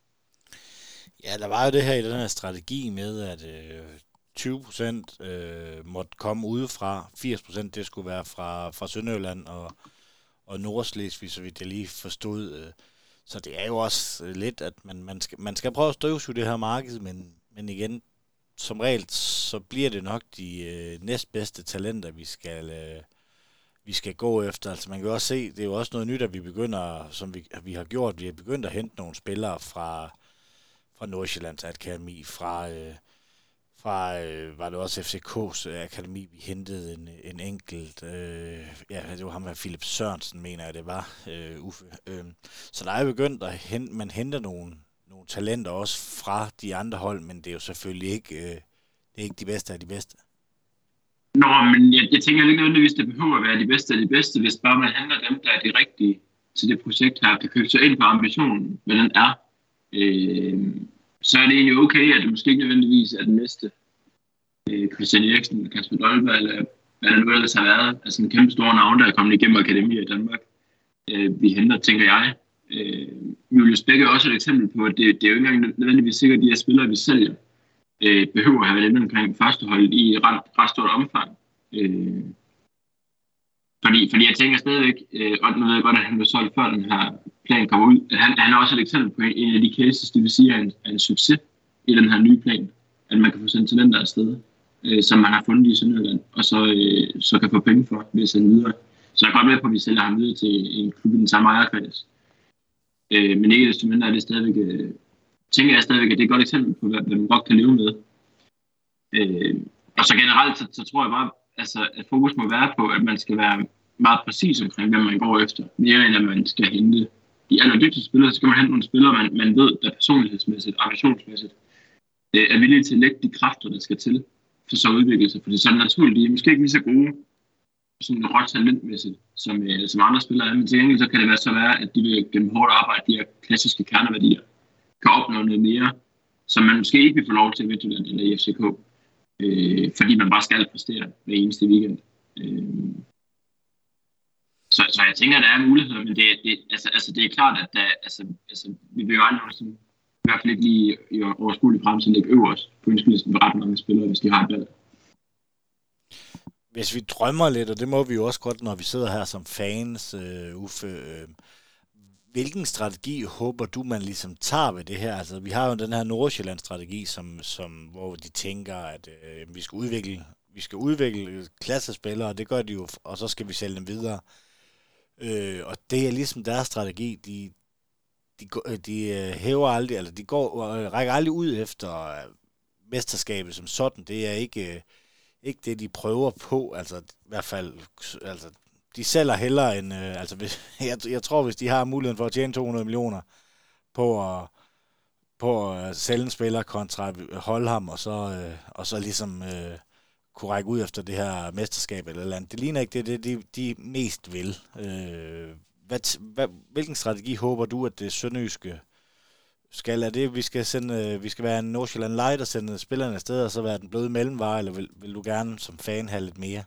S1: Ja, der var jo det her i den her strategi med, at øh, tyve procent øh, måtte komme udefra, firs procent det skulle være fra, fra Sønderjylland og, og Nordslesvig, så vidt jeg lige forstod. Øh. Så det er jo også øh, lidt, at man, man, skal, man skal prøve at støvsuge det her marked, men, men igen, som regel, så bliver det nok de øh, næstbedste talenter, vi skal, øh, vi skal gå efter. Altså man kan også se, det er jo også noget nyt, at vi begynder, som vi, vi har gjort, vi har begyndt at hente nogle spillere fra fra Nordsjællands akademi, fra, øh, fra øh, var det også F C K's akademi, vi hentede en, en enkelt, øh, ja, det var ham her, Philip Sørensen, mener jeg, det var, øh, Uffe. Øh, så der er jo begyndt at hente, man henter nogle, nogle talenter også fra de andre hold, men det er jo selvfølgelig ikke, øh, det er ikke de bedste af de bedste.
S3: Nå, men jeg, jeg tænker ikke nødvendigvis, det behøver at være de bedste af de bedste, hvis bare man handler dem, der er de rigtige til det projekt her, kan købe sig ind på ambitionen, hvad den er. Øh, så er det egentlig okay, at det måske ikke nødvendigvis er den næste øh, Christian Eriksen, Kasper Dolberg, eller hvad det nu ellers har været. Altså en kæmpe store navn, der er kommet igennem akademier i Danmark. Øh, vi henter, tænker jeg. Øh, Julius Bæk er også et eksempel på, at det, det er jo ikke engang nødvendigvis sikkert, at de her spillere, vi sælger, øh, behøver at have været inde omkring førsteholdet i ret, ret stort omfang. Øh, fordi, fordi jeg tænker stadigvæk, øh, og nu ved jeg godt, at han blev solgt før den her plan kommer ud. Han, han er også et eksempel på en, en af de cases, det vil sige, er en, er en succes i den her nye plan. At man kan få sendt talenter afsted, øh, som man har fundet i Sønderjylland, og så, øh, så kan få penge for ved at sende videre. Så jeg er godt med på, at vi sælger ham videre til en klub i den samme ejerkreds. Øh, men ikke desto mindre er det stadigvæk, øh, tænker jeg stadigvæk, at det er et godt eksempel på, hvad, hvad man godt kan leve med. Øh, og så generelt, så, så tror jeg bare, altså, at fokus må være på, at man skal være meget præcis omkring, hvad man går efter. Mere end at man skal hente de allerdygtigste spillere, så skal man hente nogle spillere, man, man ved, der personlighedsmæssigt, ambitionsmæssigt, øh, er villige til at lægge de kræfter, der skal til, for så at udvikle sig. Fordi så er det naturligt, de er måske ikke lige så gode, sådan råt talentmæssigt, som, øh, som andre spillere er, men til gengæld så kan det være så være, at de vil gennem hårdt arbejde, de her klassiske kerneværdier, kan opnå noget mere, som man måske ikke vil få lov til i Midtjylland eller i F C K, øh, fordi man bare skal præstere hver eneste weekend. Øh, Så, så jeg tænker, at der er muligheder, men det, det, altså, altså, det er klart, at der, altså, altså, vi vil jo aldrig sådan, i hvert fald ikke lige i overskuelig fremtid ligge øverst på ønskelisten for ret mange spillere, hvis de har et valg.
S1: Hvis vi drømmer lidt, og det må vi jo også godt, når vi sidder her som fans, uh, Uffe, uh, hvilken strategi håber du, man ligesom tager ved det her? Altså, vi har jo den her Nordsjælland-strategi, som, som, hvor de tænker, at øh, vi skal udvikle, vi skal udvikle klassespillere, og det gør de jo, og så skal vi sælge dem videre. Øh, og det er ligesom deres strategi. De, de, de hæver aldrig, eller de går, rækker aldrig ud efter mesterskabet som sådan. Det er ikke, ikke det, de prøver på. Altså, i hvert fald, altså, de sælger hellere end, øh, altså, hvis, jeg, jeg tror, hvis de har muligheden for at tjene to hundrede millioner på at, på at sælge en spiller kontra holde ham, og så, øh, og så ligesom øh, kunne række ud efter det her mesterskab eller eller andet. Det ligner ikke det, det de, de mest vil. Øh, hvad, hvad, hvilken strategi håber du, at det sønderjyske skal? Er det, vi skal sende, vi skal være en Nordsjælland Light og sende spillerne afsted, og så være den bløde mellemvare, eller vil, vil du gerne som fan have lidt mere?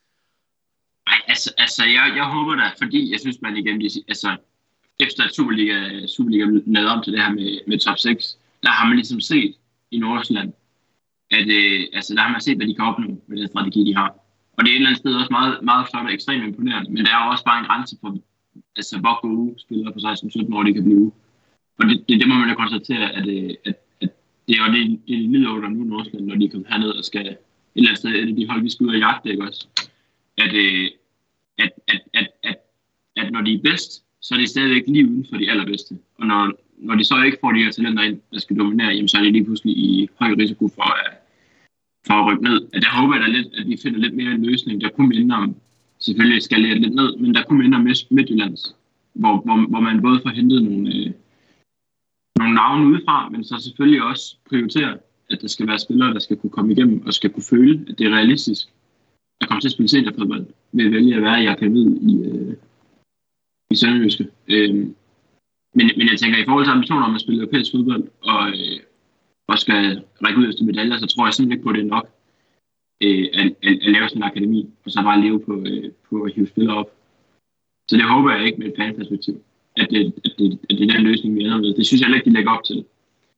S3: Nej, altså, altså jeg, jeg håber da, fordi jeg synes, man igen, altså, efter at Superliga, Superliga lavede om til det her med, med top seks, der har man ligesom set i Nordsjælland, at øh, altså, der har man set, hvad de kan opnå med den strategi, de har. Og det er et eller andet sted også meget, meget flot og ekstremt imponerende, men der er også bare en grænse på, altså, hvor gode spillere på seksten sytten år de kan blive. Og det, det, det må man jo konstatere, at, at, at det er jo det, det er lider under nu i Nordsjælland, når de kommer herned og skal et eller andet sted, at de hold, vi skal ud og jagte, ikke også? At, at, at, at, at, at når de er bedst, så er det stadigvæk lige uden for de allerbedste. Og når, når de så ikke får de her talenter ind, der skal dominere, jamen, så er det lige pludselig i høj risiko for at, for at rykke ned. At der håber jeg da lidt, at vi finder lidt mere en løsning, der kunne minde om, selvfølgelig skalere lidt ned, men der kunne minde om Midtjyllands, hvor, hvor, hvor man både får hentet nogle, øh, nogle navne udefra, men så selvfølgelig også prioritere, at der skal være spillere, der skal kunne komme igennem og skal kunne føle, at det er realistisk at komme til at spille seniorfodbold ved at vælge at være i akademiet i, øh, i Sønderjyske. Øh, men, men jeg tænker, i forhold til ambitioner om at spille europæisk fodbold og, øh, og skal række ud efter medaljer, så tror jeg simpelthen ikke på, at det er nok øh, at, at, at lave sådan en akademi, og så bare leve på, øh, på at hive spillere op. Så det håber jeg ikke med et fanperspektiv, at det, at, det, at det er den løsning, vi ender med. Det synes jeg ikke, de lægger op til.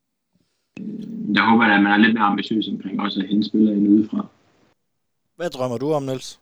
S3: Der håber jeg, at man er lidt mere ambitiøs omkring også at hente spillere ind udefra.
S1: Hvad drømmer du om, Niels?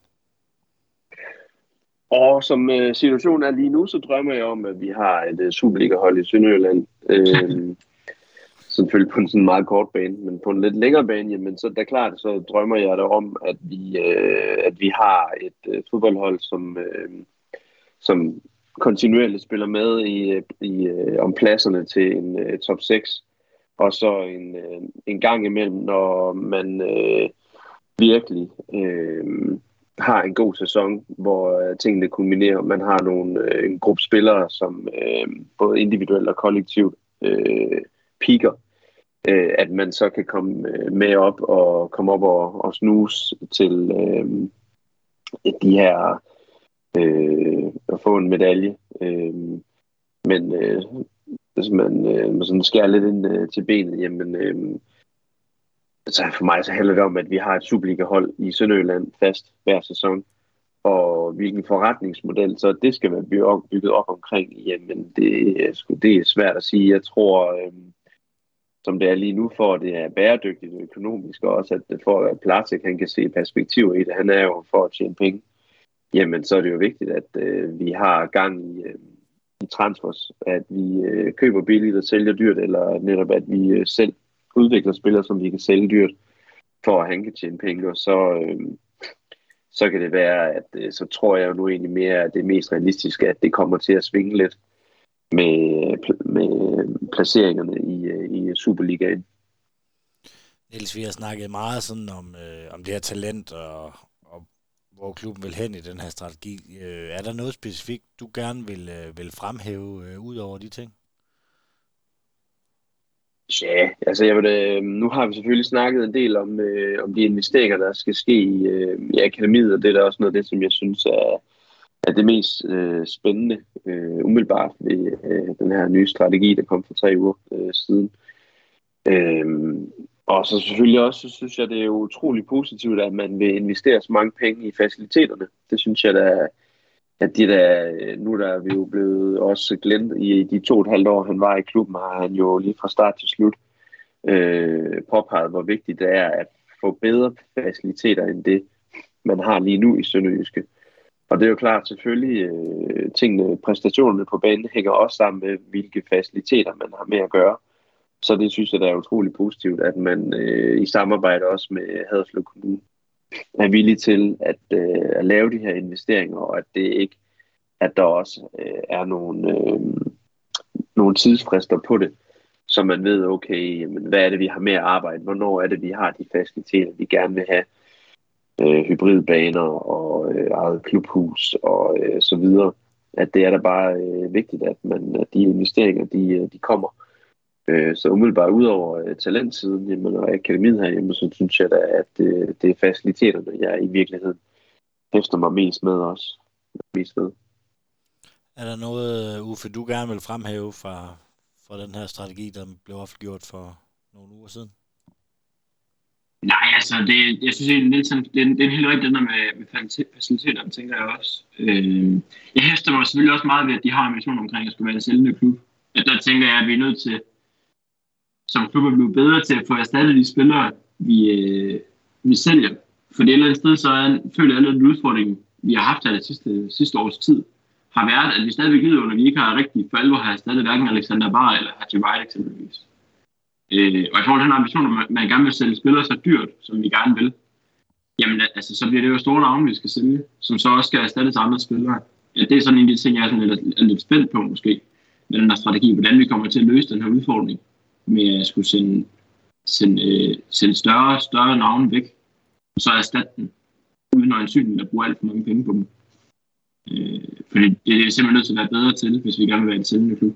S2: Og som øh, situationen er lige nu, så drømmer jeg om, at vi har et øh, Superliga-hold i Sønderjylland. Øh, selvfølgelig på en sådan meget kort bane, men på en lidt længere bane, jamen, så er klart, så drømmer jeg da om, at vi, øh, at vi har et øh, fodboldhold, som, øh, som kontinuerligt spiller med i, i, øh, om pladserne til en øh, top seks. Og så en, øh, en gang imellem, når man øh, virkelig øh, har en god sæson, hvor øh, tingene kulminerer. Man har nogle, øh, en gruppe spillere, som øh, både individuelt og kollektivt øh, piker. Øh, at man så kan komme øh, med op og komme op og, og snuse til øh, de her øh, at få en medalje. Øh, men øh, hvis man, øh, man sådan skærer lidt ind øh, til benet, jamen øh, så for mig så handler det om, at vi har et Superliga-hold i Sønderjylland fast hver sæson, og hvilken forretningsmodel så det skal være bygget op, bygget op omkring, jamen det, det er svært at sige. Jeg tror, øh, som det er lige nu, for at det er bæredygtigt og økonomisk, og også at for at Platik, han kan se perspektiver i det, han er jo for at tjene penge, jamen så er det jo vigtigt, at øh, vi har gang i, øh, i transfers, at vi øh, køber billigt og sælger dyrt, eller netop at vi øh, selv udvikler spillere, som vi kan sælge dyrt, for at han kan tjene penge, og så, øh, så kan det være, at øh, så tror jeg jo nu egentlig mere, at det er mest realistiske, at det kommer til at svinge lidt med, med placeringerne i, i Superligaen.
S1: Niels, vi har snakket meget sådan om, øh, om det her talent, og, og hvor klubben vil hen i den her strategi. Øh, er der noget specifikt, du gerne vil, øh, vil fremhæve øh, ud over de ting?
S2: Ja, altså jeg vil, øh, nu har vi selvfølgelig snakket en del om, øh, om de investeringer, der skal ske i, øh, i akademiet, og det er da også noget af det, som jeg synes er, er det mest øh, spændende øh, umiddelbart ved øh, den her nye strategi, der kom for tre uger øh, siden. Øh, og så selvfølgelig også, så synes jeg, det er utrolig positivt, at man vil investere så mange penge i faciliteterne. Det synes jeg da, at det der, nu der er vi jo blevet også glemt i de to og et halvt år, han var i klubben, har han jo lige fra start til slut øh, påpeget, hvor vigtigt det er at få bedre faciliteter end det, man har lige nu i Sønderjyske. Og det er jo klart, selvfølgelig, øh, tingene, præstationerne på banen hænger også sammen med, hvilke faciliteter man har med at gøre. Så det synes jeg, der er utrolig positivt, at man øh, i samarbejde også med Haderslev Kommune er villig til at, øh, at lave de her investeringer, og at det ikke, at der også øh, er nogle, øh, nogle tidsfrister på det, så man ved, okay, jamen, hvad er det, vi har med at arbejde, hvornår er det, vi har de faciliteter, vi gerne vil have, øh, hybridbaner og øh, eget klubhus og øh, så videre. At det er da bare øh, vigtigt, at, man, at de investeringer, de, de kommer. Øh, så umiddelbart ud over øh, talentsiden jamen, og akademiet herhjemme, så synes jeg da, at øh, det er faciliteterne, jeg i virkeligheden hæfter mig mest med også. Mest med.
S1: Er der noget, Uffe, du gerne vil fremhæve fra, fra den her strategi, der blev offentliggjort for nogle uger siden?
S3: Nej, altså, det, jeg synes egentlig, det er, det er, det er en helt rigtig den der med, med faciliteter, tænker jeg også. Øh, jeg hæfter mig selvfølgelig også meget ved, at de har ambition omkring at skulle være en sælgende klub. At der tænker jeg, at vi er nødt til, som klub, at blive bedre til at få erstattet de spillere, vi, øh, vi sælger. For det et eller andet sted, så er, føler jeg, at den udfordring, vi har haft her det sidste, sidste års tid, har været, at vi stadigvæk lider under, at vi ikke har rigtig for alvor har erstattet hverken Alexander Bar eller Haji Wright eksempelvis. Øh, og i forhold til den ambition, at man, man gerne vil sælge spillere så dyrt, som vi gerne vil, jamen altså, så bliver det jo store navne, vi skal sælge, som så også skal erstattes af andre spillere. Ja, det er sådan en af de ting, jeg er, sådan lidt, er lidt spændt på måske, med den her strategi, hvordan vi kommer til at løse den her udfordring, med at skulle sende, sende, øh, sende større større navne væk, og så erstatte den, uden øjensynligt at bruge alt for mange penge på dem. Øh, fordi det er simpelthen nødt til at være bedre til, hvis vi gerne vil være en sælgende klub.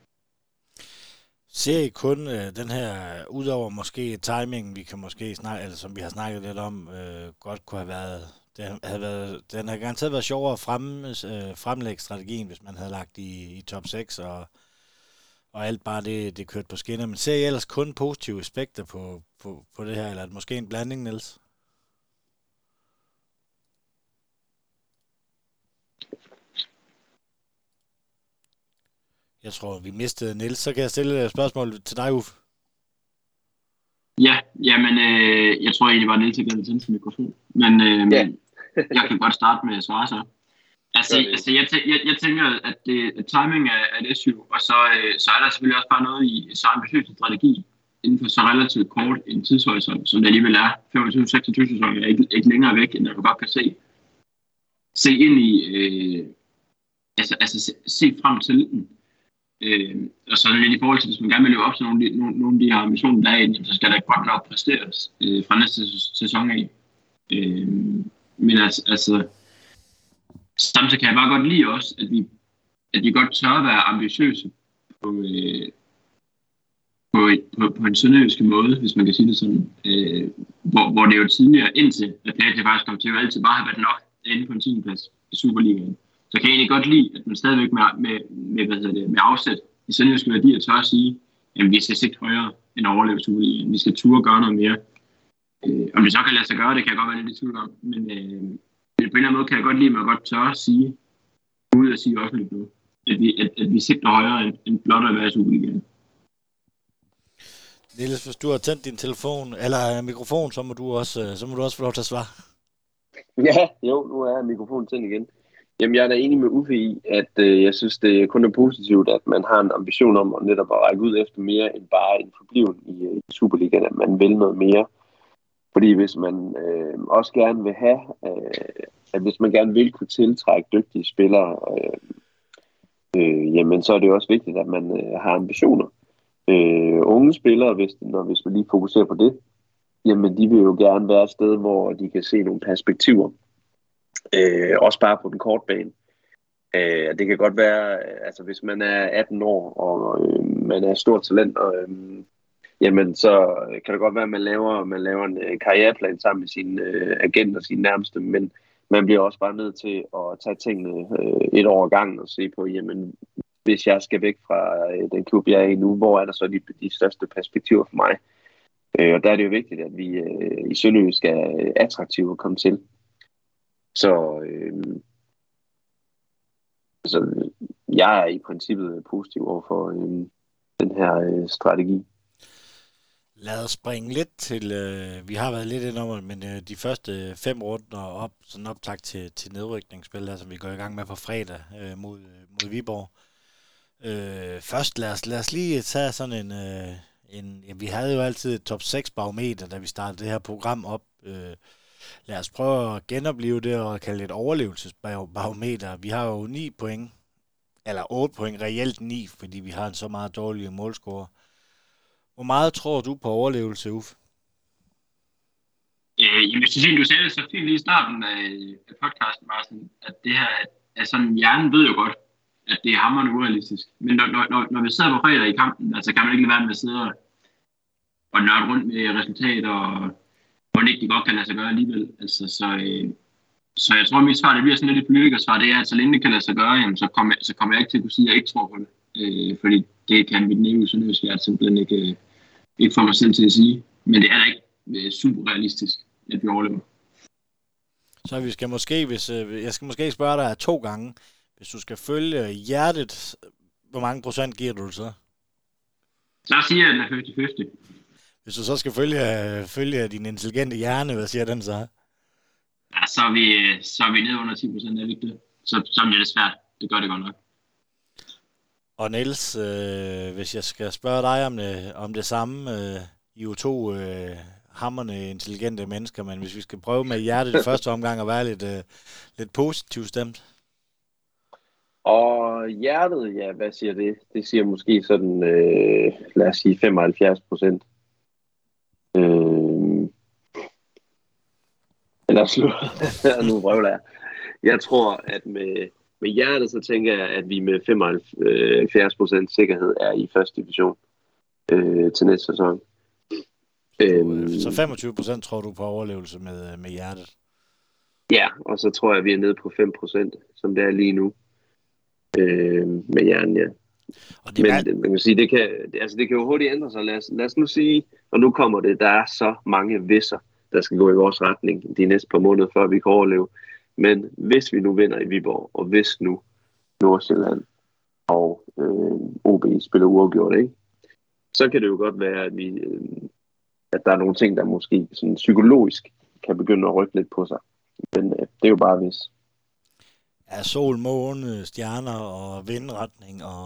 S1: Ser I kun øh, den her, udover måske timingen, vi kan måske snakke, eller som vi har snakket lidt om, øh, godt kunne have været, det havde været, den har garanteret været sjovere at frem, øh, fremlægge strategien, hvis man havde lagt i, i top seks, og, og alt bare det, det kørte på skinner. Men ser I ellers kun positive aspekter på, på, på det her, eller er det måske en blanding, Niels? Jeg tror, vi mistede Niels. Så kan jeg stille et spørgsmål til dig, Uffe.
S3: Ja, jamen, øh, jeg tror egentlig bare, Niels ikke havde tændt sin mikrofon. Men øh, ja. Jeg kan godt starte med at svare så. Altså, altså jeg, tæ- jeg, jeg tænker, at, det, at timing er, er et issue, og så, øh, så er der selvfølgelig også bare noget i så ambitiøs en strategi inden for så relativt kort en tidshorisont, som det alligevel er. femogtyve seksogtyve sæsoner er ikke, ikke længere væk, end jeg godt kan se. Se ind i, øh, altså, altså se, se frem til den. Øh, og så lidt i forhold til, hvis man gerne vil leve op til nogle, nogle, nogle af de her ambitioner, der er inde, så skal der godt nok præsteres øh, fra næste sæson af. Øh, men altså, altså, samtidig kan jeg bare godt lide også, at vi, at vi godt tør at være ambitiøse på, øh, på, på, på en sønderjysk måde, hvis man kan sige det sådan. Øh, hvor, hvor det jo tidligere, indtil at det faktisk kom til at altid bare have været nok inde på en tiende plads i Superligaen. Så kan jeg egentlig godt lide, at man stadigvæk med, med, med, hvad hedder det, med afsæt i sønderjyske værdier tør at sige, at vi skal sigte højere end at overleve Superligaen. Vi skal turde gøre noget mere. Øh, om det så kan lade sig gøre, det kan jeg godt være lidt i tvivl om. Men øh, på en eller anden måde kan jeg godt lide, at man godt tør at sige, ud at sige offentligt nu, at vi, at, at vi sigter højere end, end blot at være i Superligaen.
S1: Niels, hvis du har tændt din telefon, eller mikrofon, så må du også, så må du også få lov til at svare.
S2: Ja, jo, nu er mikrofonen tændt igen. Jamen, jeg er da enig med Uffe i, at øh, jeg synes, det kun er positivt, at man har en ambition om at netop at række ud efter mere end bare en forbliven i, i Superligaen, at man vil noget mere. Fordi hvis man øh, også gerne vil have, øh, at hvis man gerne vil kunne tiltrække dygtige spillere, øh, øh, jamen så er det også vigtigt, at man øh, har ambitioner. Øh, unge spillere, hvis, når, hvis man lige fokuserer på det, jamen de vil jo gerne være et sted, hvor de kan se nogle perspektiver. Øh, også bare på den korte bane. Øh, det kan godt være, altså hvis man er atten år, og øh, man er et stort talent, og, øh, jamen så kan det godt være, at man laver, man laver en øh, karriereplan sammen med sin øh, agent og sin nærmeste, men man bliver også bare nødt til at tage tingene øh, et år ad gangen og se på, jamen hvis jeg skal væk fra øh, den klub, jeg er i nu, hvor er der så de, de største perspektiver for mig? Øh, og der er det jo vigtigt, at vi øh, i Sønderjysk er attraktive at komme til. Så, øh, så jeg er i princippet positiv over for øh, den her øh, strategi.
S1: Lad os springe lidt til, øh, vi har været lidt ind over, men øh, de første fem runder op, sådan optag til, til nedrykningsspil, der, som vi går i gang med på fredag øh, mod, mod Viborg. Øh, først lad os, lad os lige tage sådan en, øh, en ja, vi havde jo altid et top seks barometer, da vi startede det her program op. Øh, lad os prøve at genopleve det og kalde det et overlevelsesbarometer. Vi har jo ni point, eller otte point, reelt ni, fordi vi har en så meget dårlig målscore. Hvor meget tror du på overlevelse, Uffe?
S3: Øh, jamen, Cecilie, du sagde det så fint lige i starten af, af podcasten, Martin, at det her, at sådan, hjernen ved jo godt, at det er hammerende urealistisk. Men når, når, når vi sidder på fredag i kampen, altså kan man ikke lade være med at sidde og, og nørde rundt med resultater, og hvor ikke de godt kan lade sig gøre alligevel. Altså, så, øh, så jeg tror, at mit svar, det bliver sådan lidt et politikersvar, det er, at så længe det kan lade sig gøre, jamen, så, kommer, så kommer jeg ikke til at kunne sige, at jeg ikke tror på det. Øh, fordi det kan mit næve sønderjysk simpelthen ikke, øh, ikke få mig selv til at sige. Men det er da ikke øh, super realistisk, at vi overlever.
S1: Så vi skal måske, hvis øh, jeg skal måske spørge dig to gange, hvis du skal følge hjertet, hvor mange procent giver du det så?
S3: Så siger jeg, at den er halvtreds halvtreds.
S1: Hvis du så skal følge, følge din intelligente hjerne, hvad siger den så?
S3: Ja, så er vi, så er vi nede under ti procent, er vi ikke det? Så, så bliver det svært. Det gør det godt nok.
S1: Og Niels, øh, hvis jeg skal spørge dig om det, om det samme, øh, I er jo to øh, hamrende intelligente mennesker, men hvis vi skal prøve med hjertet i første omgang at være lidt, øh, lidt positivt stemt.
S2: Og hjertet, ja, hvad siger det? Det siger måske sådan, øh, lad os sige femoghalvfjerds procent. Øh, eller slut. Nu vrøvler jeg. Jeg tror, at med, med hjertet, så tænker jeg, at vi med femoghalvfjerds procent sikkerhed er i første division øh, til næste sæson.
S1: Øh, så femogtyve procent tror du på overlevelse med, med hjertet?
S2: Ja, og så tror jeg, at vi er nede på fem procent, som det er lige nu. Øh, med hjernen, ja. Og det Men er... man kan sige, det kan, det, altså, det kan jo hurtigt ændre sig. Lad os, lad os nu sige, og nu kommer det, der er så mange hvis'er, der skal gå i vores retning de næste par måneder, før vi kan overleve. Men hvis vi nu vinder i Viborg, og hvis nu Nordsjælland og øh, O B spiller uafgjort, ikke? Så kan det jo godt være, at, vi, øh, at der er nogle ting, der måske sådan psykologisk kan begynde at rykke lidt på sig. Men øh, det er jo bare hvis.
S1: Ja, sol, måne, stjerner og vindretning, og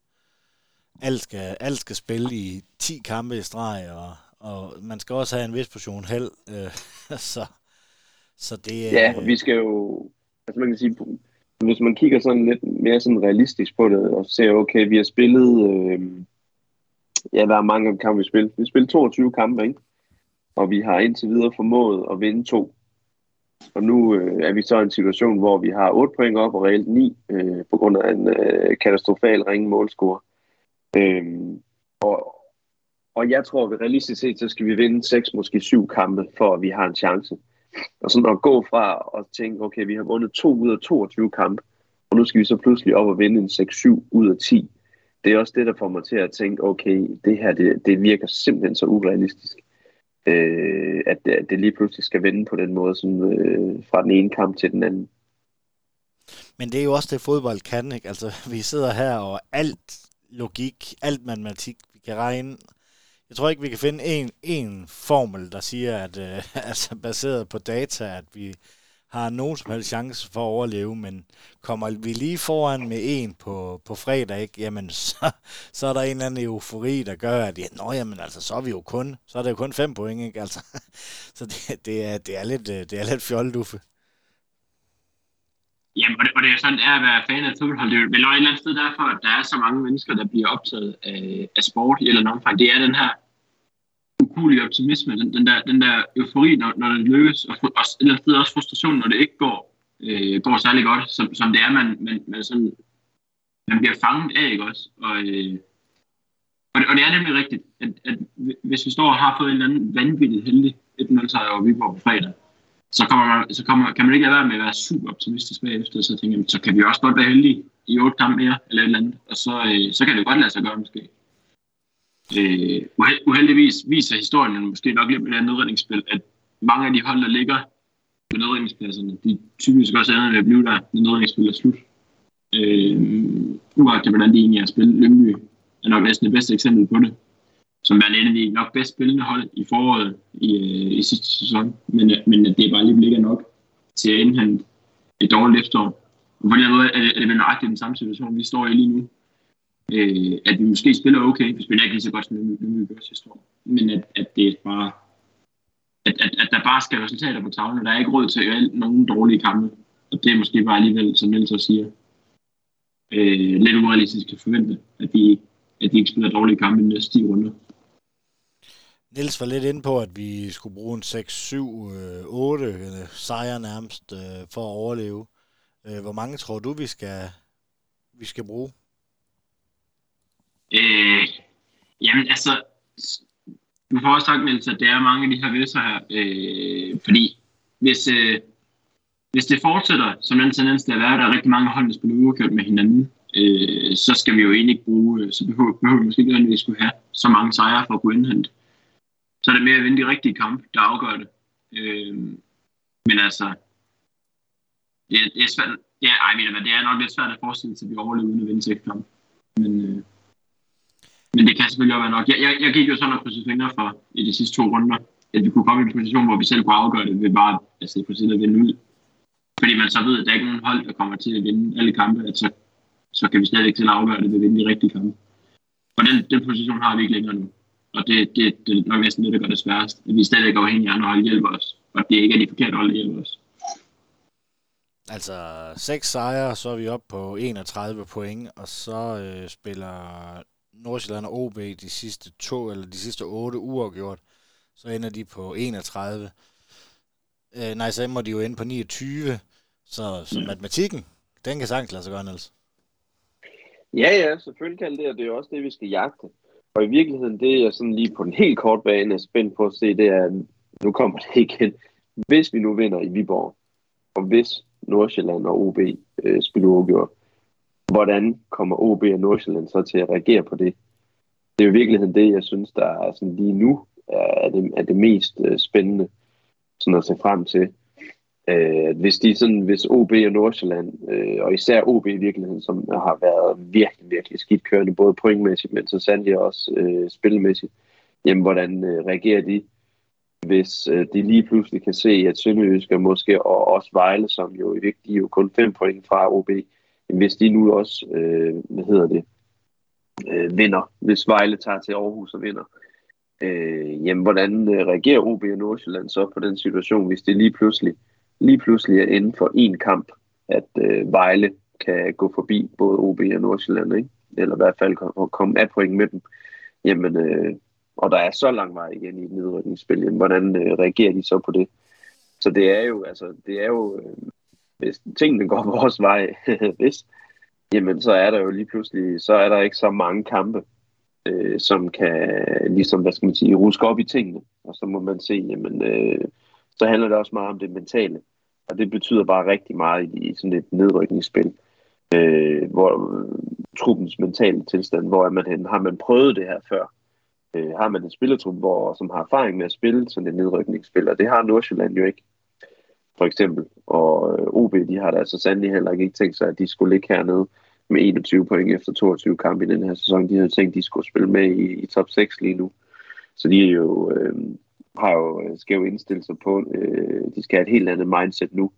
S1: alt skal, alt skal spille i ti kampe i streg, og, og man skal også have en vis portion held. Øh, så, så det er...
S2: Ja, vi skal jo... Altså man kan sige, hvis man kigger sådan lidt mere sådan realistisk på det, og ser, okay, vi har spillet... Øh, ja, der er mange kampe, vi spiller. Vi har spillet toogtyve kampe, ikke? Og vi har indtil videre formået at vinde to. Og nu øh, er vi så i en situation, hvor vi har otte point op og reelt ni, øh, på grund af en øh, katastrofal ringe målscore. Øhm, og, og jeg tror, at realistisk set, så skal vi vinde seks, måske syv kampe, for at vi har en chance. Og sådan at gå fra og tænke, okay, vi har vundet to ud af toogtyve kampe, og nu skal vi så pludselig op og vinde en seks syv ud af ti. Det er også det, der får mig til at tænke, okay, det her, det, det virker simpelthen så urealistisk. Øh, at, det, at det lige pludselig skal vende på den måde, sådan, øh, fra den ene kamp til den anden.
S1: Men det er jo også det, fodbold kan, ikke? Altså, vi sidder her, og alt logik, alt matematik, vi kan regne. Jeg tror ikke, vi kan finde en, en formel, der siger, at øh, altså baseret på data, at vi har nogen som helst chance for at overleve, men kommer vi lige foran med en på, på fredag, ikke? Jamen, så, så er der en eller anden eufori, der gør, at ja, nå, jamen, altså, så er vi jo kun, så er det jo kun fem point, ikke? Altså, så det, det, er, det er lidt, det er lidt fjollet, Uffe.
S3: Jamen, og det, og det er sådan, det er at være fan af fodbold. Det er vel et eller andet sted derfor, at der er så mange mennesker, der bliver optaget af, af sport i et eller andet omfang. Det er den her ukulige optimisme, den, den, der, den der eufori, når, når det lykkes, og, og et eller andet sted også frustration, når det ikke går, øh, går særlig godt, som, som det er, man, man, man, sådan, man bliver fanget af, ikke også? Og, øh, og, det, og det er nemlig rigtigt, at, at hvis vi står og har fået en eller anden vanvittigt heldig et nul sejr over Viborg på fredag, så, kommer man, så kommer, kan man ikke lade være med at være super optimistisk bagefter, så tænker jeg, så kan vi også godt være heldige i otte kampe mere, eller et eller andet, og så, øh, så kan det godt lade sig gøre måske. Øh, uheldigvis viser historien måske nok lidt med det her nedredningsspil, at mange af de hold, der ligger på nedredningspladserne, de typisk også ender med at blive der, når nedredningsspil er slut. Øh, uagtet hvordan de egentlig har spillet. Lyngby er nok næsten det bedste eksempel på det. som er en af de nok bedst spillende hold i foråret i, i sidste sæson. Men, men at det bare lige ikke er nok til at indhente et dårligt efterår. Og på den måde er det, er det nøjagtigt den samme situation, vi står i lige nu. Øh, at vi måske spiller okay, vi spiller ikke lige så godt, som vi gør sidste år. Men at, at det er bare... At, at, at der bare skal resultater på tavlen, der er ikke råd til nogen dårlige kampe. Og det er måske bare alligevel, som Niels også siger, øh, lidt urealistisk at forvente, at de, at de ikke spiller dårlige kampe i de næste ti runder.
S1: Niels var lidt inde på, at vi skulle bruge en seks, syv, otte sejre nærmest øh, for at overleve. Øh, hvor mange tror du, vi skal, vi skal bruge?
S3: Øh, jamen altså, du får også sagt, Niels, at det er mange af de her visser her. Øh, fordi hvis, øh, hvis det fortsætter, som den tendens der er, der er rigtig mange hold, der spiller uafgjort med hinanden, øh, så skal vi jo egentlig ikke bruge, så behøver, behøver vi måske ikke, at vi skulle have så mange sejre for at kunne indhente. Så er det mere at vinde de rigtige kampe, der afgør det. Øh, men altså, det, det er svært, det er, ej, det er nok lidt svært at forestille sig, at vi overlever uden at vinde seks kampe. Men, øh, men det kan selvfølgelig også være nok. Jeg, jeg, jeg gik jo sådan og krydset fingre for i de sidste to runder, at vi kunne komme i en position, hvor vi selv kunne afgøre det ved bare altså, i princippet at vinde ud. Fordi man så ved, at der ikke er nogen hold, der kommer til at vinde alle kampe, at så, så kan vi stadig ikke til at afgøre det ved at vinde de rigtige kampe. Og den, den position har vi ikke længere nu. Og det, det, det er nok næsten det, der gør det sværest. At vi stadig ikke er afhængige af andre hold hjælper os. Og det ikke er de forkerte hold, der hjælper os.
S1: Altså seks sejre, så er vi oppe på enogtredive point, og så øh, spiller Nordsjælland og O B de sidste to, eller de sidste otte uafgjort. Så ender de på enogtredive. Øh, nej, så må de jo ende på niogtyve. Så, så ja. Matematikken, den kan sagtens lade sig gøre, Niels.
S2: Ja, ja, selvfølgelig kan det, og det er også det, vi skal jagte. Og i virkeligheden, det er sådan lige på den helt korte bane, er spændt på at se, det er, nu kommer det igen. Hvis vi nu vinder i Viborg, og hvis Nordsjælland og O B øh, spiller uafgjort, hvordan kommer O B og Nordsjælland så til at reagere på det? Det er jo i virkeligheden det, jeg synes, der er sådan lige nu er det, er det mest øh, spændende sådan at se frem til. Øh, hvis de sådan, hvis O B og Nordsjælland, øh, og især O B i virkeligheden, som har været virkelig, virkelig skidt kørende, både pointmæssigt, men så sandelig også øh, spilmæssigt, jamen hvordan øh, reagerer de, hvis øh, de lige pludselig kan se, at Sønderjyske måske, og også Vejle, som jo de er jo kun fem point fra O B, hvis de nu også, øh, hvad hedder det, øh, vinder, hvis Vejle tager til Aarhus og vinder, øh, jamen hvordan øh, reagerer O B og Nordsjælland så på den situation, hvis det lige pludselig lige pludselig er inden for en kamp, at øh, Vejle kan gå forbi både O B og Nordsjælland, ikke? Eller i hvert fald komme kom af point med dem. Jamen, øh, og der er så lang vej igen i et nedrykningsspil. Jamen, hvordan øh, reagerer de så på det? Så det er jo, altså, det er jo, øh, hvis tingene går vores vej, hvis, jamen, så er der jo lige pludselig, så er der ikke så mange kampe, øh, som kan, ligesom, hvad skal man sige, ruske op i tingene. Og så må man se, jamen, øh, så handler det også meget om det mentale. Og det betyder bare rigtig meget i, i sådan et nedrykningsspil, øh, hvor øh, truppens mentale tilstand, hvor er man hen, har man prøvet det her før? Øh, har man en spillertruppe, hvor, som har erfaring med at spille sådan et nedrykningsspil, og det har Nordsjælland jo ikke, for eksempel. Og øh, O B, de har da altså sandelig heller ikke tænkt sig, at de skulle ligge hernede med enogtyve point efter toogtyve kampe i den her sæson. De havde tænkt, at de skulle spille med i, i top seks lige nu. Så de er jo... Øh, har jo, skal jo indstille sig på, øh, de skal have et helt andet mindset nu.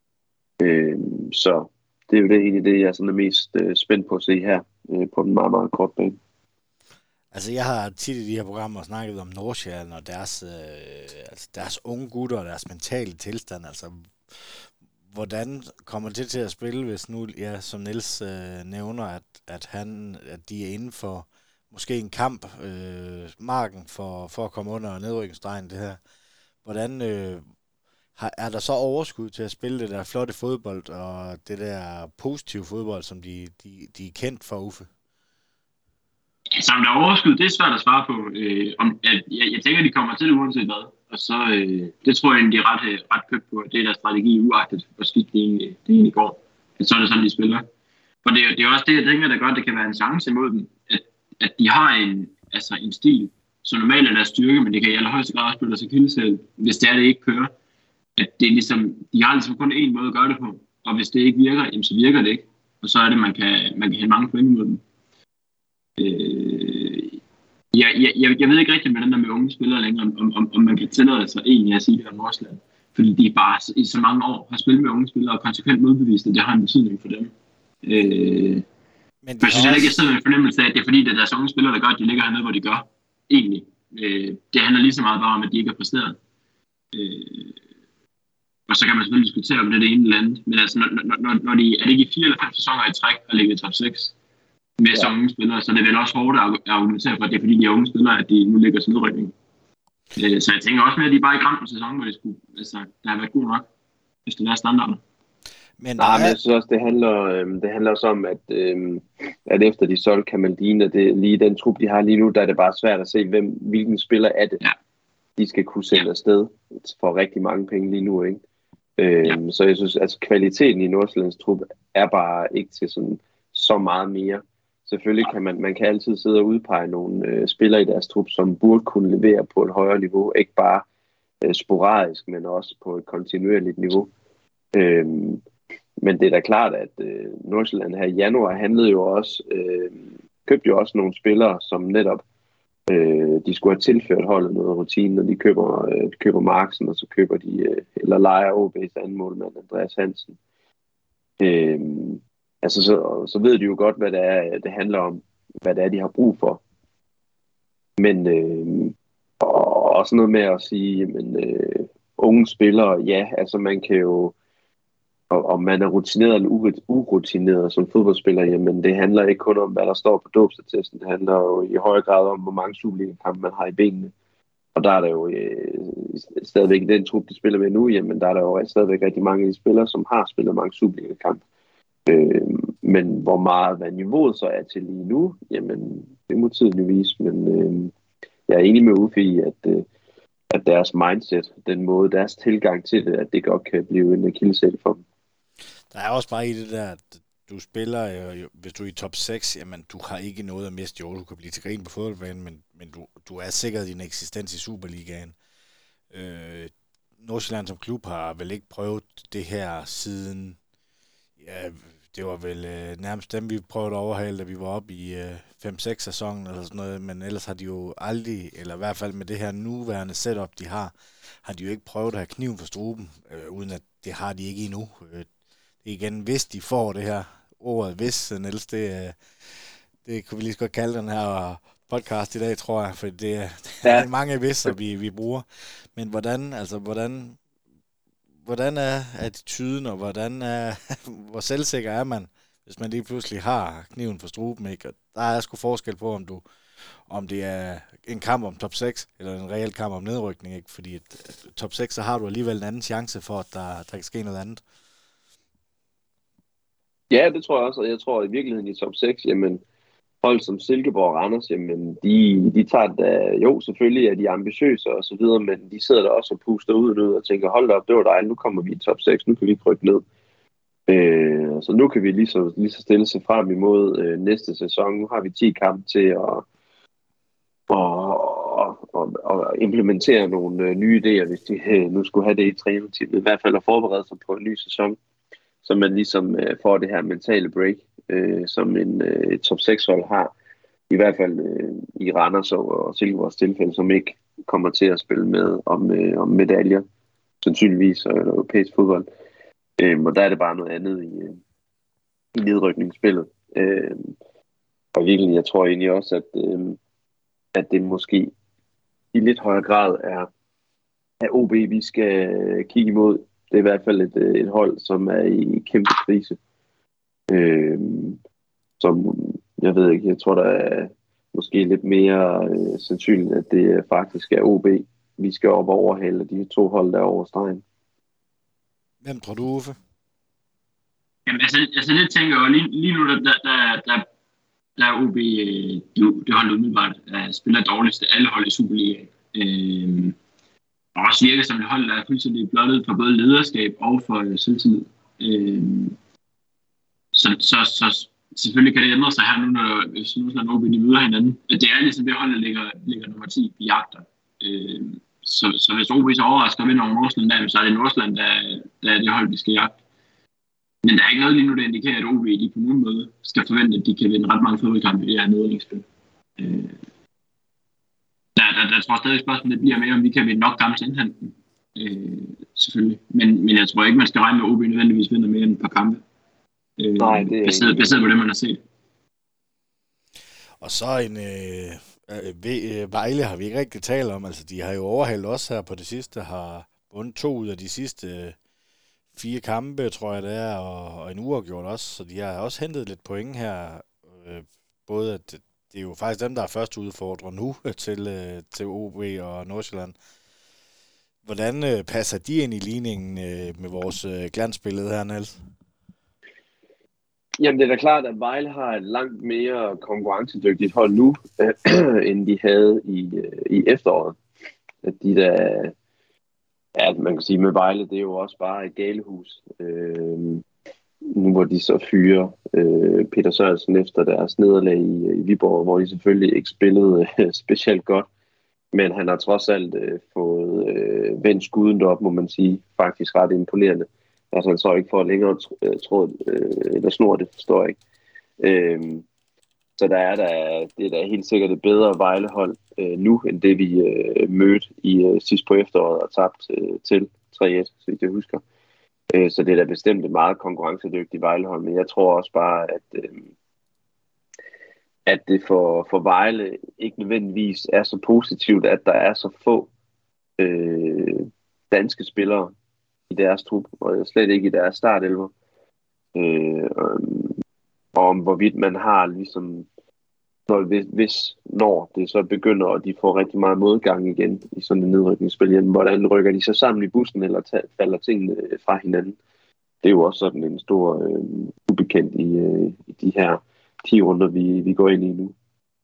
S2: Øh, så det er jo det, egentlig det, jeg sådan er mest øh, spændt på at se her øh, på den meget, meget kort bane.
S1: Altså, jeg har tit i de her programmer snakket om Nordsjælland og deres, øh, altså deres unge gutter og deres mentale tilstand. Altså, hvordan kommer det til at spille, hvis nu, ja, som Niels øh, nævner, at, at, han, at de er inden for måske en kamp, øh, marken for, for at komme under nedrykningsstregen, det her. Hvordan øh, har, er der så overskud til at spille det der flotte fodbold og det der positive fodbold, som de, de, de er kendt for, Uffe?
S3: Altså, om der er overskud, det er svært at svare på. Øh, om, at, jeg, jeg tænker, at de kommer til det uanset hvad. Og så, øh, det tror jeg, de er ret, ret købt på. Det er deres strategi uagtet, hvor skidt det egentlig, det egentlig går. At så er det sådan, de spiller. For det, det er også det, jeg tænker, der gør, at det kan være en chance imod dem. At at de har en, altså en stil, som normalt er deres styrke, men det kan i allerhøjeste grad også spille sig akilleshæl, hvis det er, det ikke kører. At det er ligesom, de har ligesom kun én måde at gøre det på, og hvis det ikke virker, jamen, så virker det ikke. Og så er det, man kan, man kan hente mange point imod dem. Øh, Ja, jeg, jeg, jeg ved ikke rigtig med den der med unge spillere længere, om, om, om man kan tillade sig egentlig at sige det om Nordsjælland. Fordi de bare i så mange år har spillet med unge spillere og konsekvent modbevist, at det har en betydning for dem. Øh, Men jeg synes heller ikke, jeg sidder med en fornemmelse af, at det er fordi, det er deres unge spillere, der gør, at de ligger hernede, hvor de gør. Egentlig. Øh, det handler lige så meget bare om, at de ikke har præsteret. Øh, og så kan man selvfølgelig diskutere, om det er det ene eller andet. Men altså, når, når, når de er det ikke i fire eller fem sæsoner i træk, og ligger i top seks med ja. så unge spillere, så det er vel også hårdt at argumentere for, at det er fordi, de er unge spillere, at de nu ligger til nedrykning. Øh, så jeg tænker også med, at de er bare i gang på sæsonen, hvor det skulle, altså, der har været god nok, hvis det er standarden.
S2: Men Nej, er... men jeg synes også, det handler, øh, det handler også om, at, øh, at efter de solgte Kamaldine, det lige den trup, de har lige nu, der er det bare svært at se, hvem, hvilken spiller er det, ja. de skal kunne sende ja. afsted for rigtig mange penge lige nu, ikke? Øh, ja. Så jeg synes, altså kvaliteten i Nordsjællands trup er bare ikke til sådan så meget mere. Selvfølgelig kan man, man kan altid sidde og udpege nogle øh, spillere i deres trup, som burde kunne levere på et højere niveau, ikke bare øh, sporadisk, men også på et kontinuerligt niveau. Øh, Men det er da klart, at øh, Nordsjælland her i januar handlede jo også, øh, købte jo også nogle spillere, som netop øh, de skulle have tilført holdet noget rutine, og de køber, øh, de køber Marksen, og så køber de, øh, eller lejer O B's anden målmand, Andreas Hansen. Øh, altså så, så ved de jo godt, hvad det er, det handler om, hvad det er, de har brug for. Men øh, og også noget med at sige, jamen, øh, unge spillere, ja, altså man kan jo, og om man er rutineret eller urutineret som fodboldspiller, jamen det handler ikke kun om, hvad der står på dåbsattesten. Det handler jo i høj grad om, hvor mange Superliga-kampe man har i benene. Og der er der jo øh, stadigvæk i den trup, de spiller med nu, jamen der er der jo stadigvæk rigtig mange af de spillere, som har spillet mange Superliga-kampe. Øh, men hvor meget, hvad niveauet så er til lige nu, jamen det må tiden jo vise. Men øh, jeg er enig med Uffe i, at, øh, at deres mindset, den måde, deres tilgang til det, at det godt kan blive en akilleshæl for dem.
S1: Der er også bare i det der, at du spiller, øh, hvis du er i top seks, jamen du har ikke noget at miste. Jo, du kan blive til grin på fodboldbanen, men, men du, du er sikret din eksistens i Superligaen. Øh, Nordsjælland som klub har vel ikke prøvet det her siden, ja, det var vel øh, nærmest dem, vi prøvede at overhale, da vi var oppe i øh, fem seks sæsonen eller sådan noget, men ellers har de jo aldrig, eller i hvert fald med det her nuværende setup, de har, har de jo ikke prøvet at have kniven for struben, øh, uden at det har de ikke endnu. Øh, igen, hvis de får det her ordet, hvis, Niels, det, det kunne vi lige så godt kalde den her podcast i dag, tror jeg, for det er, det er ja. mange visser, vi, vi bruger. Men hvordan, altså, hvordan, hvordan er attituden, og hvordan er, hvor selvsikker er man, hvis man lige pludselig har kniven for struben, ikke? Og der er sgu forskel på, om du, om det er en kamp om top seks, eller en reel kamp om nedrykning, ikke? Fordi et, top seks, så har du alligevel en anden chance for, at der, der kan ske noget andet.
S2: Ja, det tror jeg også, og jeg tror i virkeligheden i top seks, jamen hold som Silkeborg og Randers, jamen de, de tager da, jo selvfølgelig er de ambitiøse og så videre, men de sidder der også og puster ud og ud og tænker, hold da op, det var dejligt, nu kommer vi i top seks, nu kan vi ikke rykke ned. Øh, så nu kan vi lige så, lige så stille sig frem imod øh, næste sæson. Nu har vi ti kampe til at og, og, og implementere nogle øh, nye idéer, hvis de øh, nu skulle have det i trænerteamet, i hvert fald at forberede sig på en ny sæson, så man ligesom øh, får det her mentale break, øh, som en øh, top seks-hold har, i hvert fald øh, i Randers og, og Silkeborgs tilfælde, som ikke kommer til at spille med om, øh, om medaljer, sandsynligvis, og europæisk fodbold. Øh, og der er det bare noget andet i, øh, i nedrykningsspillet. Øh, og virkelig, jeg tror egentlig også, at, øh, at det måske i lidt højere grad er, er O B, vi skal kigge imod. Det er i hvert fald et, et hold, som er i kæmpe krise. Øh, som, jeg ved ikke, jeg tror, der er måske lidt mere øh, sandsynligt, at det faktisk er O B, vi skal op og overhale de to hold, der er over stregen.
S1: Hvem tror du, Uffe?
S3: Jamen, altså, altså det tænker jeg jo, lige, lige nu, der, der, der, der, der er O B, det, det hold umiddelbart, der spiller dårligst af alle hold i Superligaen. Øh, og også virker som et hold, der er fuldstændig blottet for både lederskab og for selvtillid. Øh, så, så, så selvfølgelig kan det ændre sig her nu, når hvis Nordsjælland og O B de møder hinanden. Det er ligesom det hold, der ligger, ligger nummer ti i jagter. Øh, så, så hvis O B så overrasker og vinder over Nordsjælland, så er det Nordsjælland, der, der er det hold, vi skal jagte. Men der er ikke noget lige nu, der indikerer, at O B de på nogen måde skal forvente, at de kan vinde ret mange fodboldkampe i det her nedrykningsspil. Øh, der, der, der tror jeg stadig spørgsmålet, det bliver mere, om vi kan vinde nok kampe til indhenten. Øh, selvfølgelig. Men, men jeg tror ikke, man skal regne med, at O B nødvendigvis vinder mere end et par kampe. Øh,
S2: Nej, det er
S3: baseret, baseret på det, man har set.
S1: Og så en øh, øh, Vejle har vi ikke rigtig talt om. Altså, de har jo overhalet os her på det sidste, har vundet to ud af de sidste øh, fire kampe, tror jeg det er, og, og en uafgjort også. Så de har også hentet lidt point her. Øh, både at det er jo faktisk dem, der er første udfordrer nu til, øh, til O B og Nordsjælland. Hvordan øh, passer de ind i ligningen øh, med vores øh, glansbillede her, Niels?
S2: Jamen, det er da klart, at Vejle har et langt mere konkurrencedygtigt hold nu, øh, end de havde i, øh, i efteråret. At de der, ja, man kan sige med Vejle, det er jo også bare et galehus. Øh, nu hvor de så fyrer øh, Peter Sørensen efter deres nederlag i, i Viborg, hvor de selvfølgelig ikke spillede øh, specielt godt. Men han har trods alt øh, fået øh, vendt skuden op, må man sige. Faktisk ret imponerende. Altså han så ikke får længere tråd, øh, eller snor, det forstår jeg ikke. Øhm, så der er der, det er da helt sikkert et bedre Vejlehold øh, nu, end det vi øh, mødte i øh, sidst på efteråret og tabt øh, til tre et, så vidt jeg husker. Øh, så det er da bestemt et meget konkurrencedygtigt Vejlehold, men jeg tror også bare, at, øh, at det for, for Vejle ikke nødvendigvis er så positivt, at der er så få øh, danske spillere i deres trup, og slet ikke i deres startelver. Øh, og, og om hvorvidt man har ligesom, når, hvis, hvis når det så begynder, og de får rigtig meget modgang igen i sådan en nedrykningsspil, jamen, hvordan rykker de så sammen i bussen, eller tager, falder tingene fra hinanden? Det er jo også sådan en stor øh, ubekendt i, øh, i de her ti runder, vi, vi går ind i nu.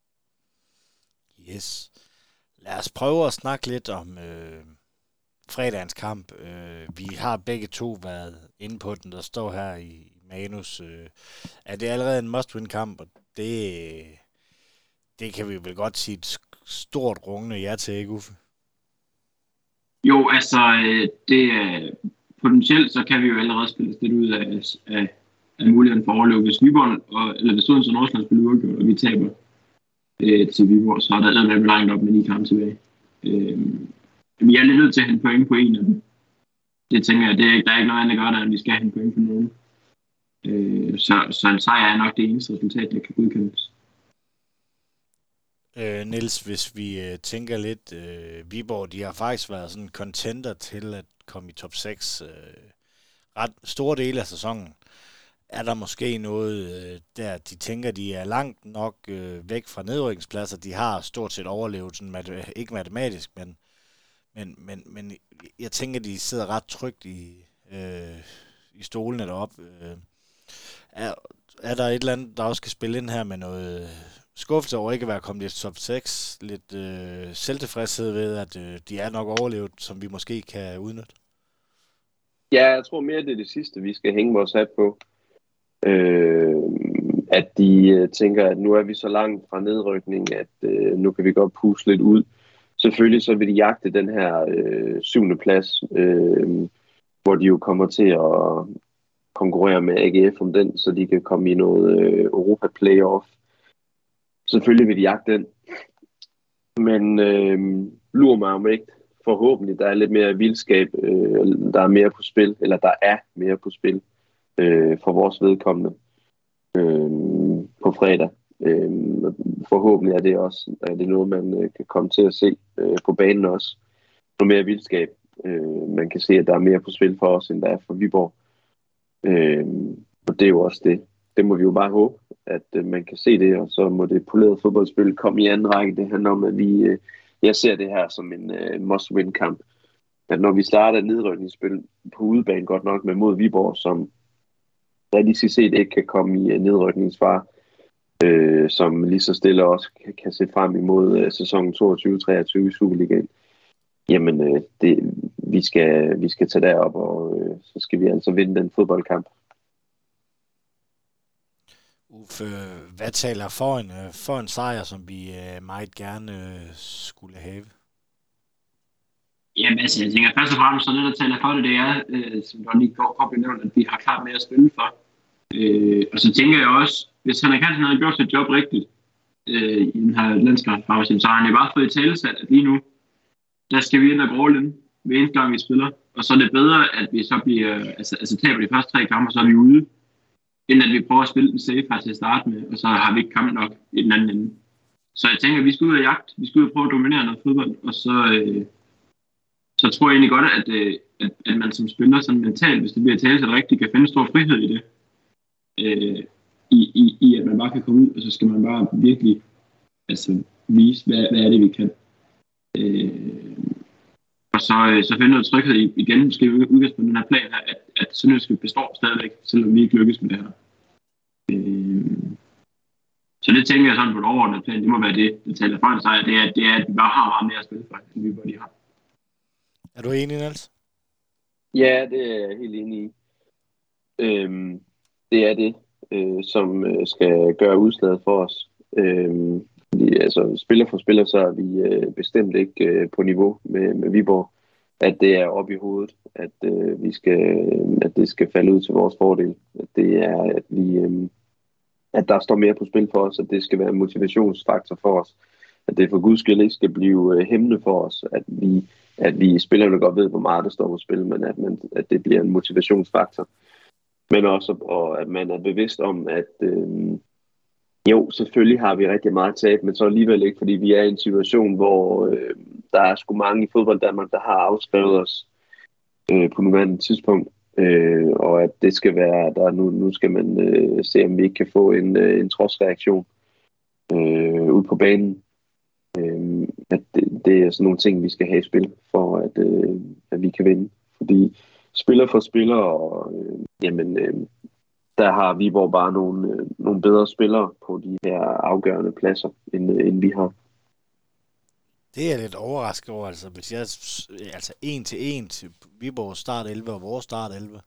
S1: Yes. Lad os prøve at snakke lidt om øh, fredagens kamp. Øh, vi har begge to været inde på den, der står her i manus. Øh, er det allerede en must-win-kamp, og det, det kan vi vel godt sige et stort rungende ja til, ikke Uffe?
S3: Jo, altså, det er potentielt, så kan vi jo allerede spille lidt ud af, af, af muligheden for at overleve. Hvis Viborg, og, eller hvis Odense og Nordsjælland spiller uafgjort, og vi taber øh, til Viborg, så er der med langt op med ni kampe tilbage. Øh, vi er lidt nødt til at hente point på en af dem. Det tænker jeg, det er, der er ikke noget andet, der gør, at vi skal hente point på nogen. Øh, så, så en sejr er nok det eneste resultat, der kan godkendes.
S1: Øh, Niels, hvis vi øh, tænker lidt, øh, Viborg, de har faktisk været sådan contender til at komme i top seks øh, ret store dele af sæsonen. Er der måske noget, øh, der de tænker, de er langt nok øh, væk fra nedrykningspladser? De har stort set overlevet, sådan mat- ikke matematisk, men, men, men, men jeg tænker, de sidder ret trygt i, øh, i stolene deroppe. Øh, er, er der et eller andet, der også skal spille ind her med noget skuffelse over ikke at være kommet i top seks? Lidt øh, selvtilfredshed ved, at øh, de er nok overlevet, som vi måske kan udnytte?
S2: Ja, jeg tror mere, det er det sidste, vi skal hænge vores hat på. Øh, at de øh, tænker, at nu er vi så langt fra nedrykning, at øh, nu kan vi godt puste lidt ud. Selvfølgelig så vil de jagte den her øh, syvende plads, øh, hvor de jo kommer til at konkurrere med A G F om den, så de kan komme i noget øh, Europa Playoff. Selvfølgelig vil de jagte den. Men øh, lurer mig om ikke. Forhåbentlig, der er lidt mere vildskab, øh, der er mere på spil, eller der er mere på spil øh, for vores vedkommende øh, på fredag. Øh, forhåbentlig er det også er det noget, man øh, kan komme til at se øh, på banen også. Noget mere vildskab. Øh, man kan se, at der er mere på spil for os, end der er for Viborg. Øh, og det er jo også det. Det må vi jo bare håbe, at øh, man kan se det, og så må det polerede fodboldspil komme i anden række. Det handler om, at vi... Øh, Jeg ser det her som en uh, must-win-kamp. At når vi starter et nedrykningsspil på udebane godt nok med mod Viborg, som realistisk set ikke kan komme i uh, nedrykningsfare, uh, som lige så stille også kan, kan se frem imod uh, sæsonen toogtyve treogtyve i Superligaen, jamen uh, det, vi, skal, vi skal tage derop, og uh, så skal vi altså vinde den fodboldkamp.
S1: Uffe, hvad taler for en, for en sejr, som vi meget gerne skulle have?
S3: Jamen altså, jeg tænker først og fremmest, så det der taler for det, det er, øh, som der lige går op i nævnt, at vi har klart mere at spille for. Øh, og så tænker jeg også, hvis han Hansen havde gjort sit job rigtigt, øh, i den her landskampspause, så har han jo bare fået i talesat, at lige nu, der skal vi ind og gråle ind, hver eneste gang vi spiller. Og så er det bedre, at vi så bliver, altså, altså taber de første tre kampe, så er vi ude, end at vi prøver at spille den safe her til at starte med, og så har vi ikke kamp nok i den anden ende. Så jeg tænker, at vi skal ud og jagt, vi skal ud og prøve at dominere noget fodbold, og så, øh, så tror jeg egentlig godt, at, øh, at, at man som spiller sådan mentalt, hvis det bliver talt så rigtigt, kan finde stor frihed i det. Øh, i, i, I at man bare kan komme ud, og så skal man bare virkelig altså, vise, hvad, hvad er det, vi kan. Øh, og så, øh, så finde noget tryghed i, igen, måske udgangspunkt på den her plan her, at, at Sønderjyske består stadigvæk, selvom vi ikke lykkes med det her. Øh, så det tænker jeg sådan på et overordnet plan, det må være det, der taler fra sig, det er, det er, at vi bare har meget mere at spille for, end vi bare de har.
S1: Er du enig, Niels?
S2: Ja, det er jeg helt enig i. Øhm, det er det, øh, som øh, skal gøre udslaget for os. Øhm, fordi, altså, spiller for spiller, så er vi øh, bestemt ikke øh, på niveau med, med Viborg. At det er op i hovedet, at øh, vi skal, at det skal falde ud til vores fordel. At det er, at vi, øh, at der står mere på spil for os, at det skal være en motivationsfaktor for os. At det for guds skyld ikke skal blive øh, hæmmende for os, at vi, at vi spillerne godt ved, hvor meget der står på spil, men at, man, at det bliver en motivationsfaktor. Men også, og at man er bevidst om, at øh, jo, selvfølgelig har vi rigtig meget tab, men så alligevel ikke, fordi vi er i en situation, hvor øh, der er sgu mange i fodbold Danmark, der har afskrevet os øh, på nuværende tidspunkt. Øh, og at det skal være, der nu, nu skal man øh, se, om vi ikke kan få en, øh, en trodsreaktion øh, ud på banen. Øh, at det, det er sådan nogle ting, vi skal have i spil, for at, øh, at vi kan vinde. Fordi spiller for spiller, og øh, jamen, øh, der har Viborg bare nogle, øh, nogle bedre spillere på de her afgørende pladser, end, øh, end vi har.
S1: Det er jeg lidt overrasket over, altså hvis jeg altså en til en til Viborg start elleve og vores start elleve,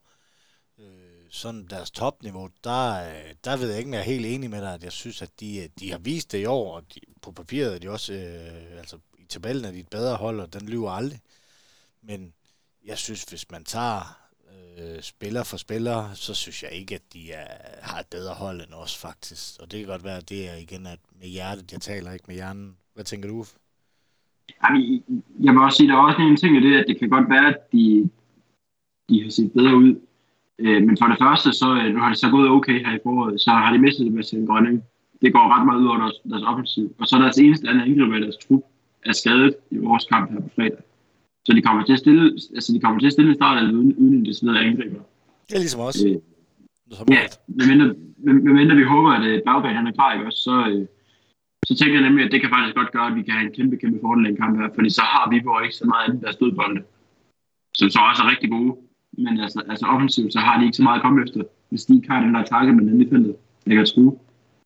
S1: øh, sådan deres topniveau, der, der ved jeg ikke, om jeg er helt enig med dig, at jeg synes, at de, de har vist det i år, og de, på papiret er de også, øh, altså i tabellen er de et bedre hold, og den lyver aldrig. Men jeg synes, hvis man tager øh, spiller for spiller, så synes jeg ikke, at de er, har et bedre hold end os faktisk. Og det kan godt være, at det er igen at med hjertet, jeg taler ikke med hjernen. Hvad tænker du?
S3: Jamen, jeg vil også sige, at der er også en ting i det, at det kan godt være, at de, de har set bedre ud. Øh, men for det første, så nu har det så gået okay her i foråret, så har de mistet det med sin Grønning. Det går ret meget ud over deres, deres offensiv. Og så er deres eneste andet angriber, deres trup er skadet i vores kamp her på fredag. Så de kommer til at stille, altså de kommer til at stille en start uden, uden en decideret angriber.
S1: Det er ligesom os.
S3: Øh, ja, medmindre, medmindre vi håber, at bagbanen han er klar, ikke også, så, øh, så tænker jeg nemlig, at det kan faktisk godt gøre, at vi kan have en kæmpe, kæmpe fordel i en kamp her, fordi så har Viborg ikke så meget andet deres dødbolde, som så også er rigtig gode. Men altså, altså offensivt, så har de ikke så meget at komme efter, hvis de ikke har den der takke med den i feltet, der kan true.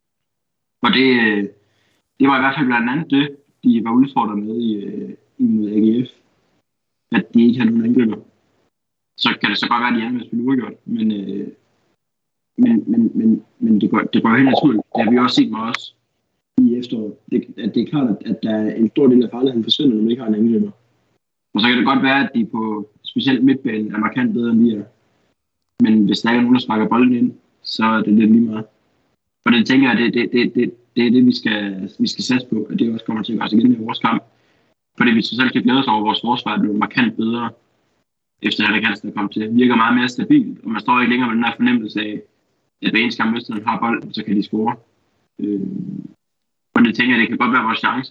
S3: Og det, det var i hvert fald blandt andet det, de var udfordret med i, i A G F. At de ikke har nogen angriber. Så kan det så godt være, at de andre vil spille uafgjort. Men, øh, men, men, men, men det går, det går helt naturligt. Det har vi også set med os i efteråret. Det, at det er klart, at, at der er en stor del af farligheden forsvinder, når man ikke har en angriber. Og så kan det godt være, at de på specielt midtbanen er markant bedre end vi er. Men hvis der ikke er nogen, der sparker bolden ind, så er det lidt lige meget. Og det tænker jeg, det, det, det, det, det er det, vi skal, vi skal satse på. At det også kommer til at gøre sig igen i vores kamp. Fordi vi så selv kan glæde os over, at vores forsvar er blevet markant bedre, efter at Henrik Hansen er kommet til. Det virker meget mere stabilt, og man står ikke længere med den her fornemmelse af, at hver eneste gang modstanderen har bold, så kan de score. Øh, og det tænker jeg, det kan godt være vores chance,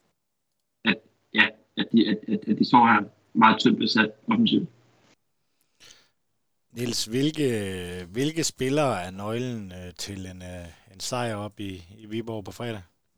S3: at, ja, at, de, at, at, at de står her meget tyndt besat offensivt.
S1: Niels, hvilke, hvilke spillere er nøglen øh, til en, øh, en sejr op i, i Viborg på fredag?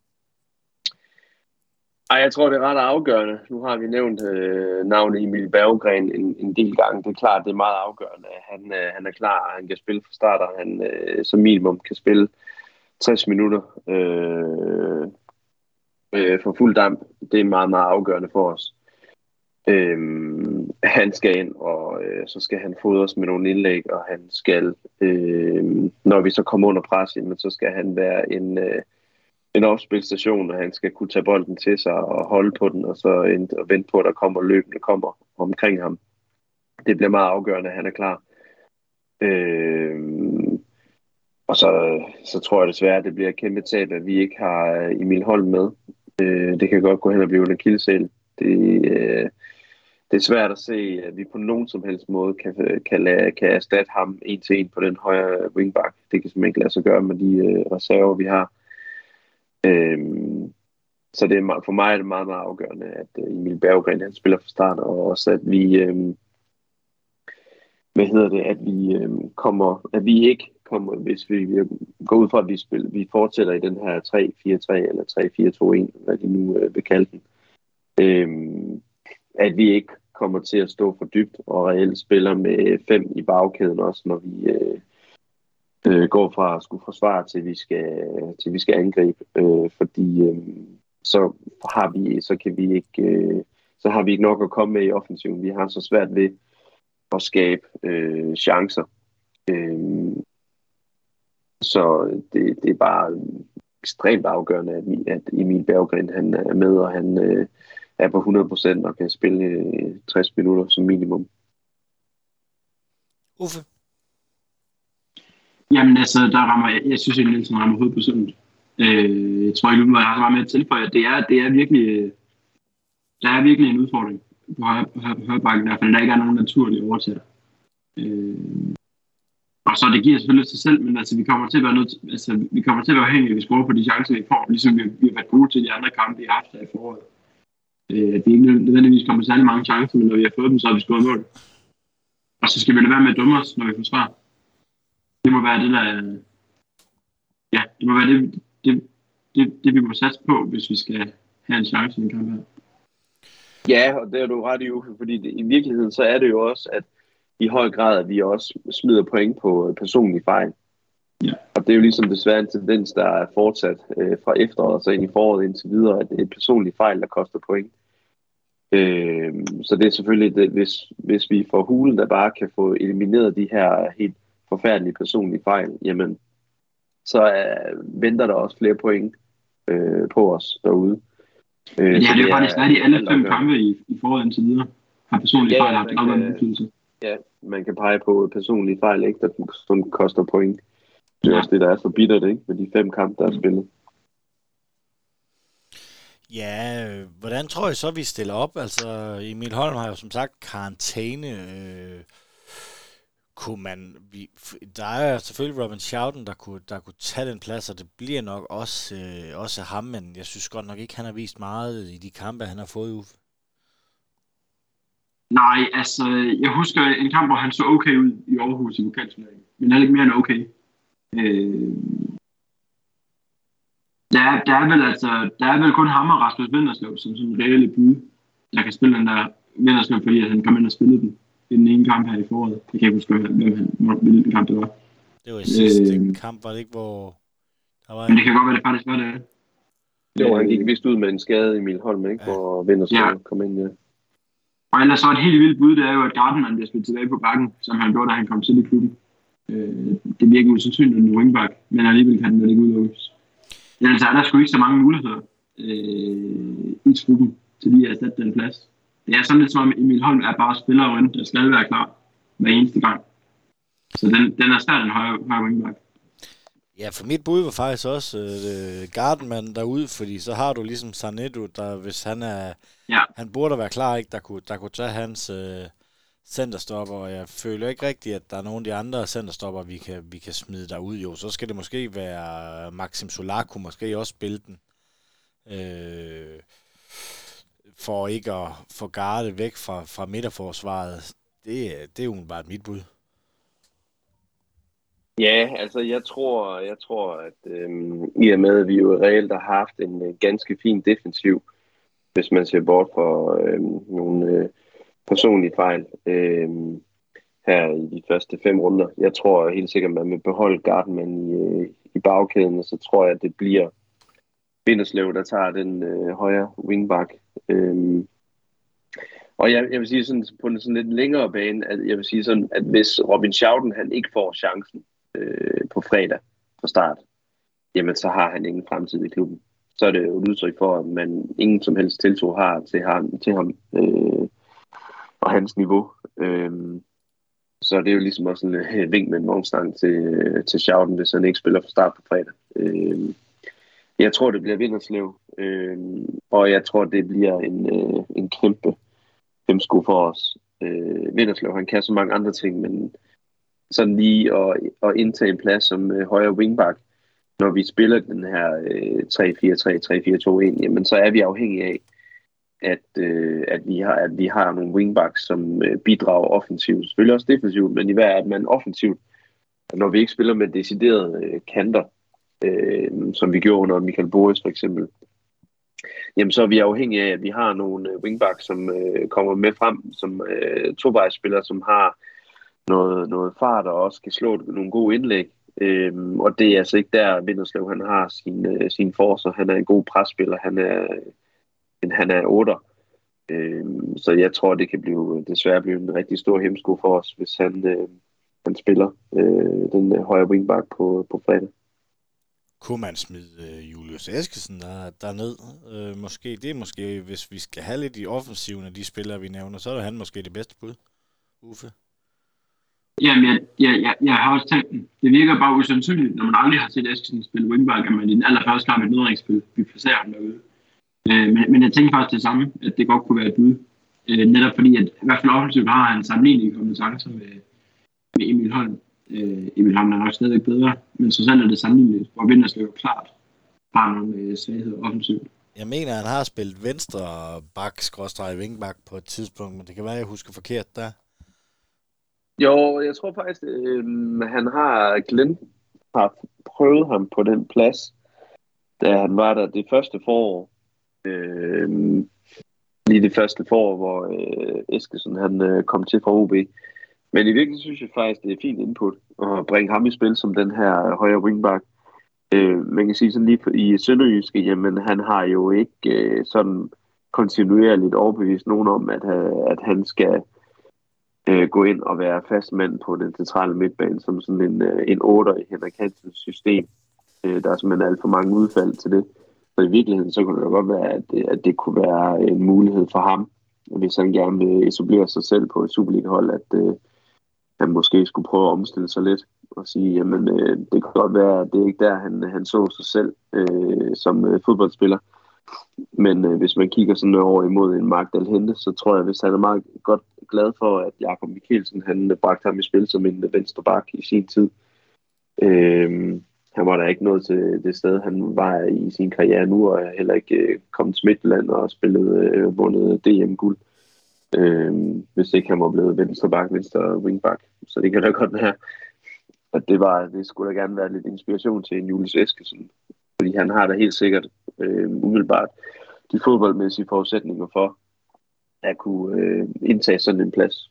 S2: Ej, jeg tror, det er ret afgørende. Nu har vi nævnt øh, navnet Emil Berggren en, en del gange. Det er klart, det er meget afgørende. Han, øh, han er klar, han kan spille fra start, og han øh, som minimum kan spille tres minutter øh, øh, for fuld damp. Det er meget, meget afgørende for os. Øh, han skal ind, og øh, så skal han fodres med nogle indlæg, og han skal, øh, når vi så kommer under pres, men så skal han være en... Øh, en opspilstation, og han skal kunne tage bolden til sig og holde på den, og så og vente på, at der kommer løbende kommer omkring ham. Det bliver meget afgørende, at han er klar. Øh, Og så, så tror jeg desværre, at det bliver et kæmpe tab, at vi ikke har Emil Holm med. Øh, det kan godt gå hen og blive en akilleshæl. Det, øh, det er svært at se, at vi på nogen som helst måde kan, kan, lade, kan erstatte ham en til en på den højre wingback. Det kan simpelthen ikke lade sig gøre med de øh, reserver, vi har. Øh, så det er, for mig er det meget, meget afgørende, at Emil Berggren han spiller fra start, og også at vi, øh, hvad hedder det, at vi øh, kommer, at vi ikke kommer, hvis vi, vi går ud fra, at vi, spiller, vi fortsætter i den her tre fire tre eller tre fire to en, hvad de nu øh, vil kalde den, øh, at vi ikke kommer til at stå for dybt og reelt spiller med fem i bagkæden også, når vi øh, øh, går fra at skulle forsvare til vi skal, til vi skal angribe, øh, fordi øh, så har vi, så kan vi ikke, øh, så har vi ikke nok at komme med i offensiven. Vi har så svært ved at skabe øh, chancer. Øh, så det, det er bare ekstremt afgørende, at, at Emil Berggren han er med, og han øh, er på hundrede procent og kan spille øh, tres minutter som minimum.
S1: Uffe?
S3: Jamen altså, der rammer, jeg, jeg synes egentlig, at rammer hovedet på sådan. Øh, jeg tror ikke, at jeg har så meget med at tilføje, at det er, det er virkelig, der er virkelig en udfordring på højrebakken, der, for der ikke er nogen naturlige overtager. Øh, og så det giver selvfølgelig sig selv, men altså, vi kommer til at være nødt, altså, vi kommer til at være afhængige, at vi scorer på de chancer, vi får, ligesom vi, vi har været gode til de andre kampe, vi har haft her i foråret. Øh, det er ikke nødvendigvis kommer særlig mange chancer, men når vi har fået dem, så har vi scoret mål. Og så skal vi lade være med at dumme os, når vi forsvarer. Det må være det, der... Ja, det må være det, det, det, det vi må satse på, hvis vi skal have en chance i en kamp her.
S2: Ja, og det er du ret i, Uffe, fordi det, i virkeligheden så er det jo også, at i høj grad, at vi også smider point på personlige fejl.
S3: Ja.
S2: Og det er jo ligesom desværre en tendens, der er fortsat øh, fra efteråret så ind i foråret indtil videre, at det er personlige fejl, der koster point. Øh, så det er selvfølgelig, det, hvis, hvis vi får hulen, der bare kan få elimineret de her helt forfærdelige personlige fejl, jamen, så øh, venter der også flere point øh, på os derude.
S3: Øh, ja, det er jo faktisk været i alle fem kampe i, i foråret indtil videre, har personlige ja, fejl haft afgørende indflydelse.
S2: Ja, man kan pege på personlige fejl, ikke, der som koster point. Det er ja. Også det, der er så bittert, ikke, med de fem kampe, der er spillet.
S1: Ja, øh, hvordan tror jeg så, vi stiller op? Altså, Emil Holm har jo som sagt karantæne. Øh, kunne man, vi, der er selvfølgelig Robin Schouten, der kunne, der kunne tage den plads, og det bliver nok også, øh, også ham, men jeg synes godt nok ikke, han har vist meget i de kampe, han har fået, Uffe.
S3: Nej, altså, jeg husker en kamp, hvor han så okay ud i Aarhus i pokalturneringen, men er ikke mere end okay. Øh, der, er, der, er vel, altså, der er vel kun ham og Rasmus Vinderslev som sådan en reelle bud, der kan spille den der Vinderslev, fordi han kom ind og spillede den i den ene kamp her i foråret. Jeg kan ikke huske, hvem han, hvilken kamp det var.
S1: Det var i sidste øh, kamp, var det ikke, hvor... Der var
S3: men det kan godt være, det faktisk var det.
S2: Jo, han gik vist ud med en skade, Emil Holm, ikke? Ja. Hvor Vinderslev ja. kom ind, ja.
S3: Og ellers så et helt vildt bud, det er jo, at Gardenman bliver spillet tilbage på bakken, som han gjorde, da han kom til i klubben. Øh, det virker usandsynligt en wingback, men alligevel kan den vel ikke udelukkes. Ellers er der sgu ikke så mange muligheder øh, i truppen til lige at erstatte den plads. Det er sådan lidt som om Emil Holm er bare spiller, der skal være klar hver eneste gang. Så den, den er svært en højere, højere wingback.
S1: Ja, for mit bud var faktisk også øh, Gardenman derude, fordi så har du ligesom Sarnetto, der hvis han er,
S3: ja.
S1: han burde være klar, ikke, der kunne, der kunne tage hans øh, centerstopper, og jeg føler ikke rigtigt, at der er nogen af de andre centerstopper, vi kan, vi kan smide derud. Jo, så skal det måske være Maxim Solar, kunne måske også spille den, øh, for ikke at få Garde væk fra, fra midterforsvaret. Det, det er jo bare mit bud.
S2: Ja, altså jeg tror, jeg tror at øhm, i og med, at vi jo reelt har haft en øh, ganske fin defensiv, hvis man ser bort for øhm, nogle øh, personlige fejl øhm, her i de første fem runder. Jeg tror helt sikkert, at man vil beholde Gardenman i, øh, i bagkæden, og så tror jeg, at det bliver Vinderslev, der tager den øh, højre wingback. Øhm, Og jeg, jeg vil sige sådan, på en sådan lidt længere bane, at jeg vil sige sådan, at hvis Robin Schouten han ikke får chancen øh, på fredag fra start, jamen så har han ingen fremtid i klubben. Så er det jo et udtryk for, at man ingen som helst tiltro har til ham, til ham øh, og hans niveau. Øh, så det er jo ligesom også en øh, vink med en vognstang til, øh, til Schouten, hvis han ikke spiller fra start på fredag. Øh, jeg tror, det bliver Vinderslev, øh, og jeg tror, det bliver en, øh, en kæmpe hemsko for os. Øh, Vinderslev, han kan så mange andre ting, men sådan lige at, at indtage en plads som øh, højre wingback, når vi spiller den her øh, tre fire tre, tre fire to en, jamen så er vi afhængige af, at, øh, at, vi har, at vi har nogle wingbacks, som øh, bidrager offensivt. Selvfølgelig også defensivt, men i hver at man offensivt, når vi ikke spiller med deciderede øh, kanter, øh, som vi gjorde under Michael Boris for eksempel, jamen så er vi afhængige af, at vi har nogle øh, wingbacks, som øh, kommer med frem, som øh, tovejsspillere, som har noget, noget fart og også kan slå nogle gode indlæg. Øhm, og det er altså ikke der, Vinderslev han har sin, øh, sin forser. Han er en god presspiller. Han er, en, han er otter. Øhm, så jeg tror, det kan blive, desværre blive en rigtig stor hemsko for os, hvis han, øh, han spiller øh, den øh, højre wingback på, på fredag.
S1: Kunne man smide øh, Julius Eskesen der, derned? Øh, måske, det er måske, hvis vi skal have lidt i offensiven af de spillere, vi nævner, så er han måske det bedste bud. Uffe?
S3: Jamen, jeg, jeg, jeg, jeg har også tænkt den. Det virker bare usandsynligt, når man aldrig har set Eskesen spille wingback, at man i den allerførste kamp i et nedrykningsspil, vi placerer ham derude. Øh, men, men jeg tænker faktisk det samme, at det godt kunne være et bud. Øh, netop fordi, at i hvert fald offensivt har han sammenlignelige kompetencer med, med Emil Holm. Øh, Emil Holm er nok stadig bedre, men så sandt er det sammenligneligt, hvor Vinderslev klart har nogle øh, svagheder offensivt.
S1: Jeg mener, at han har spillet venstre bak, skråstreg, wingback på et tidspunkt, men det kan være, at jeg husker forkert der.
S2: Jo, jeg tror faktisk, øh, han har, Glenn har prøvet ham på den plads, da han var der det første forår. Øh, lige det første forår, hvor øh, Eskesen han øh, kom til fra O B. Men i virkeligheden synes jeg faktisk, det er fint input at bringe ham i spil som den her højre wingback. Øh, man kan sige sådan lige i Sønderjyske, jamen han har jo ikke øh, sådan kontinuerligt overbevist nogen om, at, at han skal øh, gå ind og være fast mand på den centrale midtbane som sådan en, øh, en otter i Henrik Hansens system. Øh, der er simpelthen alt for mange udfald til det. Så i virkeligheden så kunne det godt være, at det, at det kunne være en mulighed for ham, hvis han gerne vil etablere sig selv på et Superliga-hold, at øh, han måske skulle prøve at omstille sig lidt og sige, jamen øh, det kan godt være, at det er ikke der, han, han så sig selv øh, som øh, fodboldspiller. Men øh, hvis man kigger sådan over imod en Mark Dalhente, så tror jeg, hvis han er meget godt glad for, at Jakob Mikkelsen, han øh, bragte ham i spil som en venstre bak i sin tid. Øh, han var der ikke nået til det sted, han var i sin karriere nu, og heller ikke øh, kommet til Midtjylland og spillet øh, vundet D M-guld. Øh, hvis ikke han var blevet venstre bak, venstre wingback. Så det kan da godt være, at det, var, det skulle da gerne være lidt inspiration til en Julius Eskesen. Fordi han har da helt sikkert øh, umiddelbart de fodboldmæssige forudsætninger for at kunne øh, indtage sådan en plads.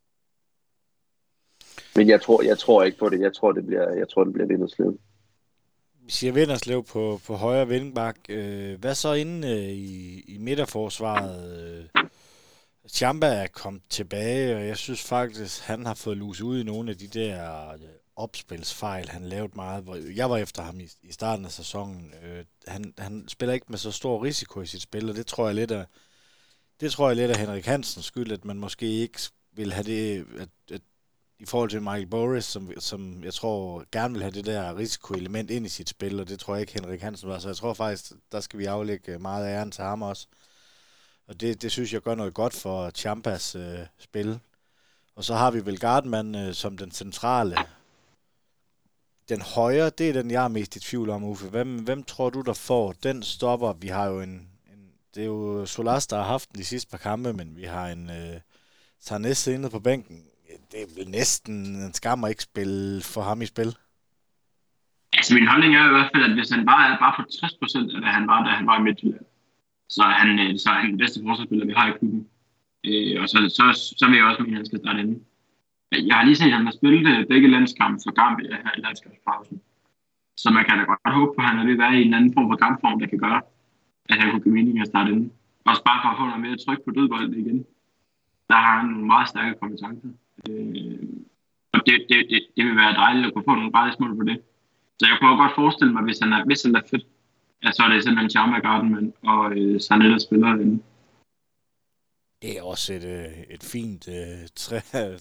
S2: Men jeg tror, jeg tror ikke på det. Jeg tror, det bliver, jeg tror, det bliver Vinderslev.
S1: Vi siger Vinderslev på, på højre wingback. Øh, hvad så inde øh, i, i midterforsvaret? Øh, Champa er kommet tilbage, og jeg synes faktisk, han har fået lus ud i nogle af de der øh, opspilsfejl, han lavede meget. Jeg var efter ham i, i starten af sæsonen. Øh, han, han spiller ikke med så stor risiko i sit spil, og det tror jeg lidt af, det tror jeg lidt af Henrik Hansens skyld, at man måske ikke vil have det, at, at i forhold til Michael Boris, som, som jeg tror gerne vil have det der risikoelement ind i sit spil, og det tror jeg ikke Henrik Hansen var, så jeg tror faktisk, der skal vi aflægge meget æren til ham også. Og det, det synes jeg gør noget godt for Champas øh, spil. Og så har vi vel Gardman øh, som den centrale. Den højre, det er den, jeg er mest i tvivl om, Uffe. Hvem, hvem tror du, der får den stopper? Vi har jo en, en det er jo Solas, der har haft den de sidste par kampe, men vi har en øh, Sarnes inde på bænken. Det er vel næsten en skam at ikke spille for ham i spil.
S3: Altså min holdning er i hvert fald, at hvis han bare er bare for tres procent af hvad han var, da han var i Midtjylland, så er han, så er han den bedste forsvarsspiller, vi har i klubben. Øh, og så, så, så vil jeg også mene, at han skal starte inde. Jeg har lige set, at han har spillet begge landskampe for Gambia her i landskampspausen. Så man kan da godt håbe på, at han er ved at være i en anden form for kampform, der kan gøre, at han kunne give mening at starte inde. Også bare for at få noget mere tryk på dødbolden igen. Der har han nogle meget stærke kompetencer. Øh, og det, det, det, det vil være dejligt at kunne få nogle gratis mål på det. Så jeg kunne godt forestille mig, hvis han er, hvis han er fedt, ja, så er det simpelthen Champa, Gardman og øh, Sarnette spiller inde.
S1: Det er også et, et fint uh, tre,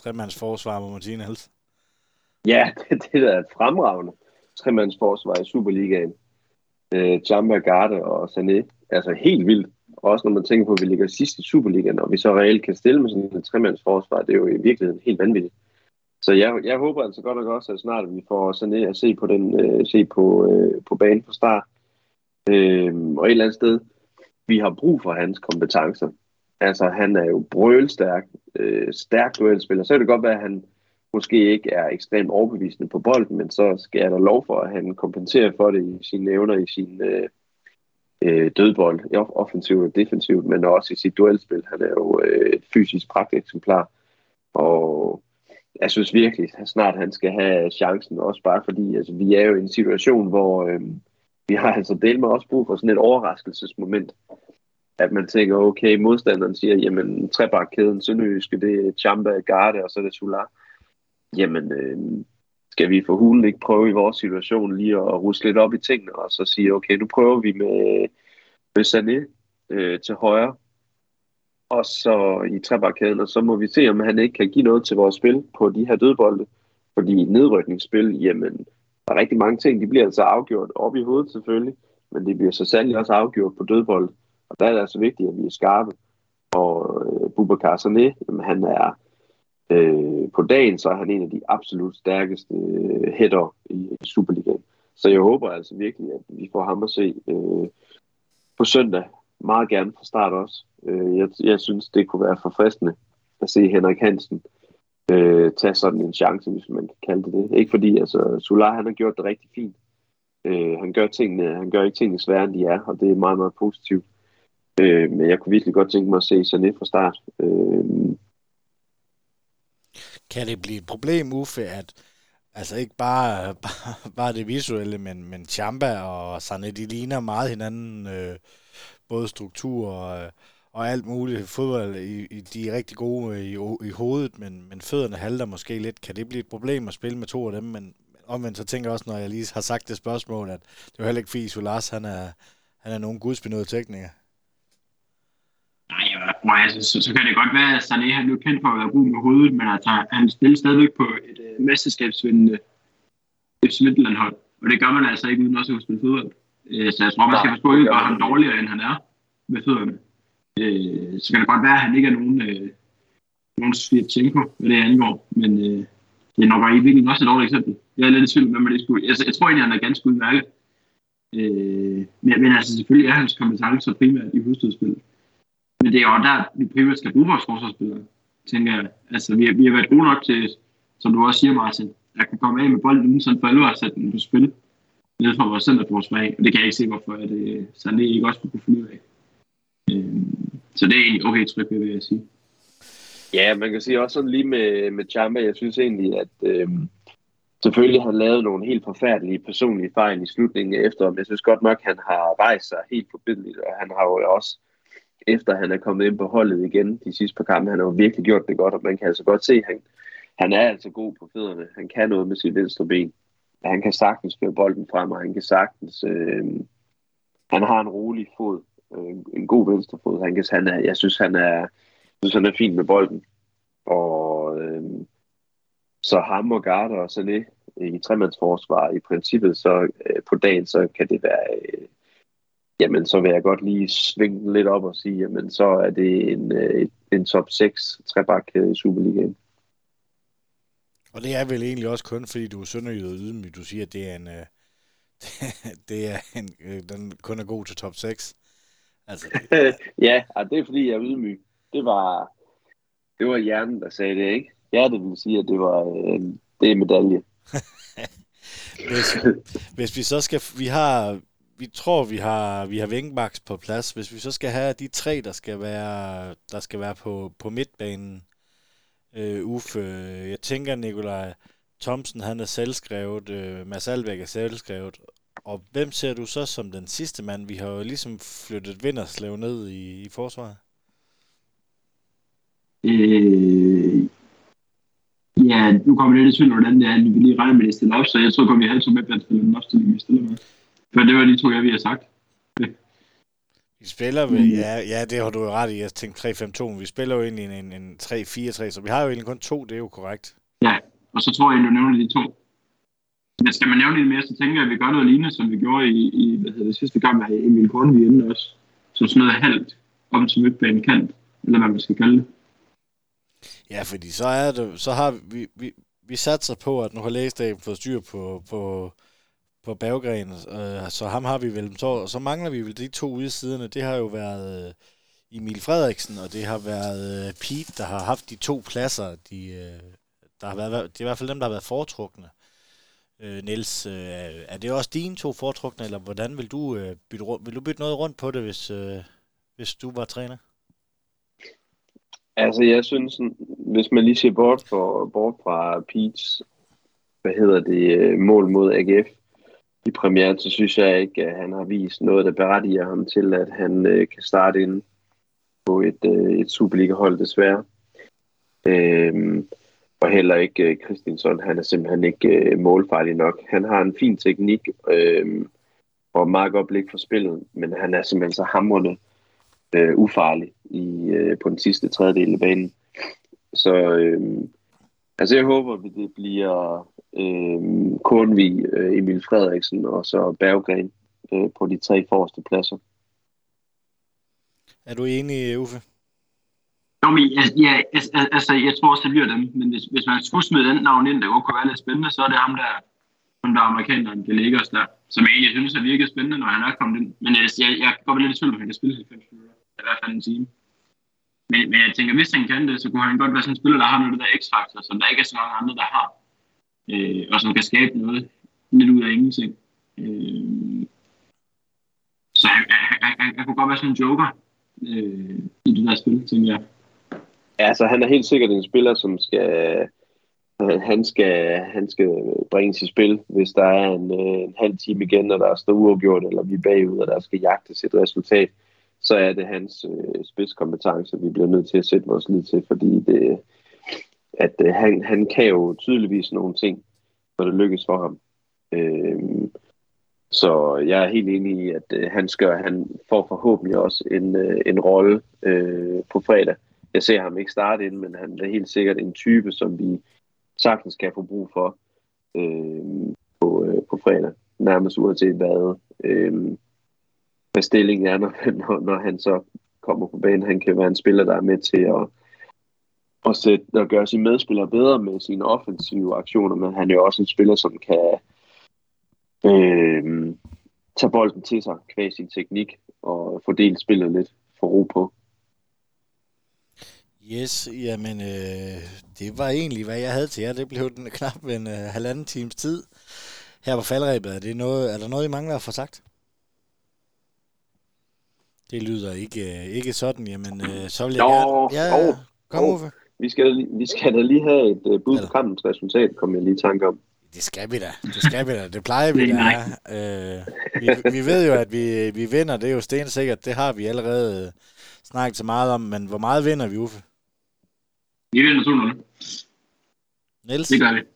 S1: tremandsforsvar med Martinez.
S2: Ja, det, det er et fremragende tremandsforsvar i Superligaen. Øh, Chamba, Garde og Sané. Altså helt vildt. Også når man tænker på, at vi ligger sidst i Superligaen, og vi så reelt kan stille med sådan et tremandsforsvar, det er jo i virkeligheden helt vanvittigt. Så jeg, jeg håber altså godt nok også, at snart vi får Sané at se på den, øh, se på, øh, på banen fra start. Øh, og et eller andet sted, vi har brug for hans kompetencer. Altså, han er jo brølstærk, øh, stærk duelspiller. Så kan det godt være, at han måske ikke er ekstremt overbevisende på bolden, men så skal jeg da lov for, at han kompenserer for det i sine evner, i sin øh, øh, dødbold, offensivt og defensivt, men også i sit duelspil. Han er jo øh, et fysisk pragteksemplar, og jeg synes virkelig, at snart han skal have chancen, også bare fordi altså, vi er jo i en situation, hvor øh, vi har altså delt med også brug for sådan et overraskelsesmoment. At man tænker, okay, modstanderen siger, jamen trebakkæden, Sønderjyske, det er Chamba, Garde, og så er det Solar. Jamen, øh, skal vi for hulen ikke prøve i vores situation lige at rusle lidt op i tingene, og så sige, okay, nu prøver vi med, med Sané øh, til højre, og så i trebakkæden, og så må vi se, om han ikke kan give noget til vores spil på de her dødbolde. Fordi i nedrykningsspil, jamen, der er rigtig mange ting, de bliver altså afgjort op i hovedet selvfølgelig, men det bliver så sandelig også afgjort på dødbolde. Og der er det altså vigtigt, at vi er skarpe. Og øh, Boubacar Sané, jamen, han er øh, på dagen, så er han en af de absolut stærkeste øh, hætter i, i Superligaen. Så jeg håber altså virkelig, at vi får ham at se øh, på søndag. Meget gerne fra start også. Øh, jeg, jeg synes, det kunne være forfriskende at se Henrik Hansen øh, tage sådan en chance, hvis man kan kalde det det. Ikke fordi, altså, Solar, han har gjort det rigtig fint. Øh, han gør tingene, han gør ikke tingene svære, end de er, og det er meget, meget positivt. Øh, men jeg kunne virkelig godt tænke mig at se Sané fra start. Øh,
S1: Kan det blive et problem, Uffe, at altså ikke bare, bare, bare det visuelle, men, men Chamba og Sané, de ligner meget hinanden, øh, både struktur og, og alt muligt. Fodbold, i, i, de er rigtig gode i, i hovedet, men, men fødderne halter måske lidt. Kan det blive et problem at spille med to af dem? Men omvendt så tænker jeg også, når jeg lige har sagt det spørgsmål, at det er jo heller ikke fordi Solars, han er, han er nogen gudsbenåede tekniker.
S3: Nej, ja, altså, så, så kan det godt være, at Sané han er jo kendt for at være god med hovedet, men altså, han spiller stadigvæk på et uh, mesterskabsvindende F C Midtjylland-hold, og det gør man altså ikke uden også at spille fodbold. Uh, så jeg tror, man skal forstå, at gør han dårligere, end han er med fødderne. Uh, så kan det godt være, at han ikke er nogen, uh, nogen Svirtjenko, hvad det angår, men uh, det er nok bare i virkeligheden også et dårligt eksempel. Jeg er lidt i tvivl, hvem det skulle. Jeg, jeg tror egentlig, han er ganske udmærket. Uh, men, men altså, selvfølgelig er hans kompetencer primært i hovedstødspillet. Men det er jo der, vi primært skal bruge vores forsvarsspillere, tænker jeg. Altså, vi har, vi har været gode nok til, som du også siger, Martin, at kunne komme af med bolden uden sådan for alvor at sætte den på spil. Nede fra vores centerforsvar af, og det kan jeg ikke se, hvorfor at, uh, Sané ikke også kunne finde ud af. Uh, så det er egentlig okay tryk, vil jeg sige.
S2: Ja, man kan sige også sådan lige med, med Chamba, jeg synes egentlig, at øh, selvfølgelig har han lavet nogle helt forfærdelige personlige fejl i slutningen af efteråret, men jeg synes godt nok, at han har rejst sig helt forbilledligt, og han har jo også efter han er kommet ind på holdet igen de sidste par kampe. Han har jo virkelig gjort det godt, og man kan altså godt se, at han, han er altså god på fødderne. Han kan noget med sit venstre ben. Han kan sagtens føre bolden frem, og han kan sagtens... Øh, han har en rolig fod. Øh, en god venstre fod. Han kan, han er, jeg synes, han er, jeg synes, han er fint med bolden. Og øh, så ham og Garde og Sané i tremandsforsvar i princippet, så øh, på dagen, så kan det være... Øh, jamen så vil jeg godt lige svinge lidt op og sige, jamen så er det en, en, en top seks trebakkæde i Superligaen.
S1: Og det er vel egentlig også kun, fordi du er sønderjyde og ydmyg, du siger, at det er en, øh, det er en øh, den kun er god til top seks. Altså, det...
S2: ja, og det er fordi, jeg er ydmyg. Det var, det var hjernen, der sagde det, ikke? Hjertet ville sige, at det var øh, det er medalje.
S1: hvis, hvis vi så skal, vi har... Vi tror, vi har vi har Vingbaks på plads. Hvis vi så skal have de tre, der skal være der skal være på på midtbanen. Øh, Uffe, jeg tænker Nikolaj Thomsen, han er selvskrevet. Øh, Mads Albeck er selvskrevet. Og hvem ser du så som den sidste mand? Vi har jo ligesom flyttet Vinderslev ned i, i forsvaret.
S3: Øh, ja, nu kommer det lidt i tvivl, hvordan det er. Vi lige regner med det stille op, så jeg tror, at vi har altid med blandt spillerne opstilling, vi stiller med. For det var de to, jeg vi har sagt. Ja.
S1: Vi spiller vel, ja, ja, det har du jo ret i, jeg tænkte tre fem to, men vi spiller jo egentlig en, en tre fire tre, så vi har jo egentlig kun to, det er jo korrekt.
S3: Ja, og så tror jeg, at du nævner de to. Men skal man nævne lidt mere, så tænker jeg, at vi gør noget lignende, som vi gjorde i, i hvad hedder det, sidste gang, med Emil Kornvig inden også. Så sådan noget halvt om til midtbanen kant, eller hvad man skal kalde det. Ja,
S1: fordi så er det, så har vi, vi, vi satser på, at nu har Lægestaben fået styr på, på, på Berggren, øh, så ham har vi vel, så, og så mangler vi vel de to ude siderne. Det har jo været øh, Emil Frederiksen, og det har været øh, Pete, der har haft de to pladser, de, øh, der har været, det er i hvert fald dem, der har været foretrukne. Øh, Niels, øh, er det også dine to foretrukne, eller hvordan vil du, øh, bytte, vil du bytte noget rundt på det, hvis, øh, hvis du var træner?
S2: Altså, jeg synes, hvis man lige ser bort, for, bort fra Pete's, hvad hedder det, mål mod A G F i premieren, så synes jeg ikke, at han har vist noget, der berettiger ham til, at han øh, kan starte ind på et, øh, et Superliga-hold, desværre. Øhm, og heller ikke øh, Christiansson, han er simpelthen ikke øh, målfarlig nok. Han har en fin teknik øh, og meget godt blik for spillet, men han er simpelthen så hamrende øh, ufarlig i, øh, på den sidste tredjedel af banen. Så øh, altså jeg håber, at det bliver øh, Kornvig, øh, Emil Frederiksen og så Berggren øh, på de tre forreste pladser.
S1: Er du enig, Uffe?
S3: Nå, men ja, ja, altså, jeg tror også, det bliver dem. Men hvis, hvis man skulle smide den navn ind, der godt kunne være lidt spændende, så er det ham der, ham der amerikaneren, det ligger os der, som jeg egentlig synes, er virkelig spændende, når han er kommet ind. Men jeg, jeg, jeg går lidt i tvivl, om han kan spille halvfems minutter. I hvert fald en time. Men, men jeg tænker, hvis han kan det, så kunne han godt være sådan en spiller, der har noget af det der X-faktor, som der ikke er så mange andre, der har. Øh, og som kan skabe noget lidt ud af ingenting. Øh, så han, han, han, han kunne godt være sådan en joker øh, i det der spil, tænker jeg.
S2: Altså, han er helt sikkert en spiller, som skal, han skal, han skal bringes i spil, hvis der er en, en halv time igen, og der står uafgjort, eller vi er bagud, og der skal jagtes et resultat, så er det hans øh, spidskompetence, vi bliver nødt til at sætte vores lid til, fordi det, at øh, han, han kan jo tydeligvis nogle ting, når det lykkes for ham. Øh, så jeg er helt enig i, at øh, han, skal, han får forhåbentlig også en, øh, en rolle øh, på fredag. Jeg ser ham ikke starte ind, men han er helt sikkert en type, som vi sagtens kan få brug for øh, på, øh, på fredag. Nærmest uanset hvad, øh, hvad stillingen er, når, når han så kommer på banen. Han kan være en spiller, der er med til at, at, sætte, at gøre sine medspillere bedre med sine offensive aktioner, men han er jo også en spiller, som kan øh, tage bolden til sig, kvæg sin teknik og fordele spillet lidt for ro på.
S1: Yes, jamen øh, det var egentlig, hvad jeg havde til jer. Det blev den knap en øh, halvanden times tid her på faldrebet. Er, det noget, er der noget, I mangler at få sagt? Det lyder ikke, øh, ikke sådan, jamen øh, så vil jeg
S2: Nå,
S1: gerne... Ja,
S2: oh,
S1: kom
S2: oh.
S1: Uffe.
S2: Vi skal, vi skal da lige have et uh, bud på kampens resultat, kom jeg lige i tanke om.
S1: Det skal vi da, det skal vi da, det plejer vi da. Øh, vi, vi ved jo, at vi, vi vinder, det er jo stensikkert, det har vi allerede snakket så meget om, men hvor meget vinder vi, Uffe?
S3: Vi vinder to nul.
S1: Niels?
S3: Det gør vi.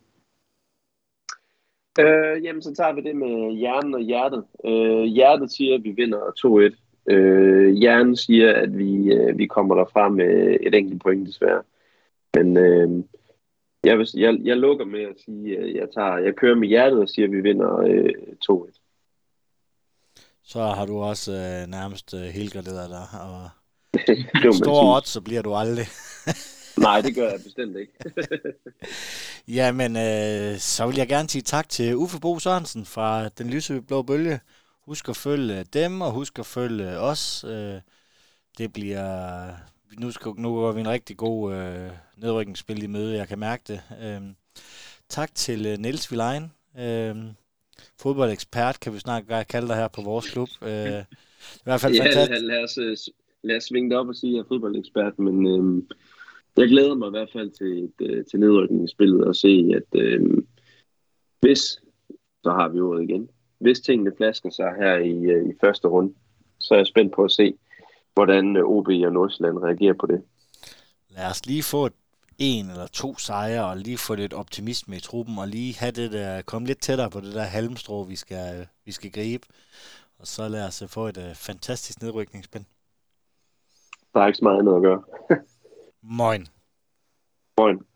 S2: Øh, jamen, så tager vi det med hjernen og hjertet. Øh, hjertet siger, at vi vinder to et. Øh, hjernen siger, at vi, øh, vi kommer derfra med et enkelt point, desværre. Men øh, jeg, vil, jeg, jeg lukker med at sige, at jeg, tager, jeg kører med hjertet og siger, at vi vinder øh, to et.
S1: Så har du også øh, nærmest øh, helgraderet dig, og
S2: store
S1: odds, så bliver du aldrig.
S2: Nej, det gør jeg bestemt ikke.
S1: Jamen, øh, så vil jeg gerne sige tak til Uffe Bo Sørensen fra Den Lyse Blå Bølge. Husk at følge dem, og husk at følge os. Øh, det bliver... Nu, skal, nu går vi en rigtig god øh, nedrykningsspil i møde, jeg kan mærke det. Øh, tak til øh, Niels Vilein, øh, fodboldekspert, kan vi snart kalde dig her på vores klub. Øh, i hvert fald
S2: ja,
S1: fantastisk.
S2: lad os, lad os svinge det op og sige, at jeg er fodboldekspert, men øh, jeg glæder mig i hvert fald til, et, til nedrykningsspillet og se, at øh, hvis, så har vi ordet igen, hvis tingene flasker sig her i, i første runde, så er jeg spændt på at se, hvordan O B og Nordsjælland reagerer på det.
S1: Lad os lige få et, en eller to sejre, og lige få lidt optimisme i truppen, og lige have det der, komme lidt tættere på det der halmstrå, vi skal, vi skal gribe. Og så lad os få et uh, fantastisk nedrykningsspil.
S2: Der er ikke så meget andet at gøre.
S1: Moin.
S2: Moin.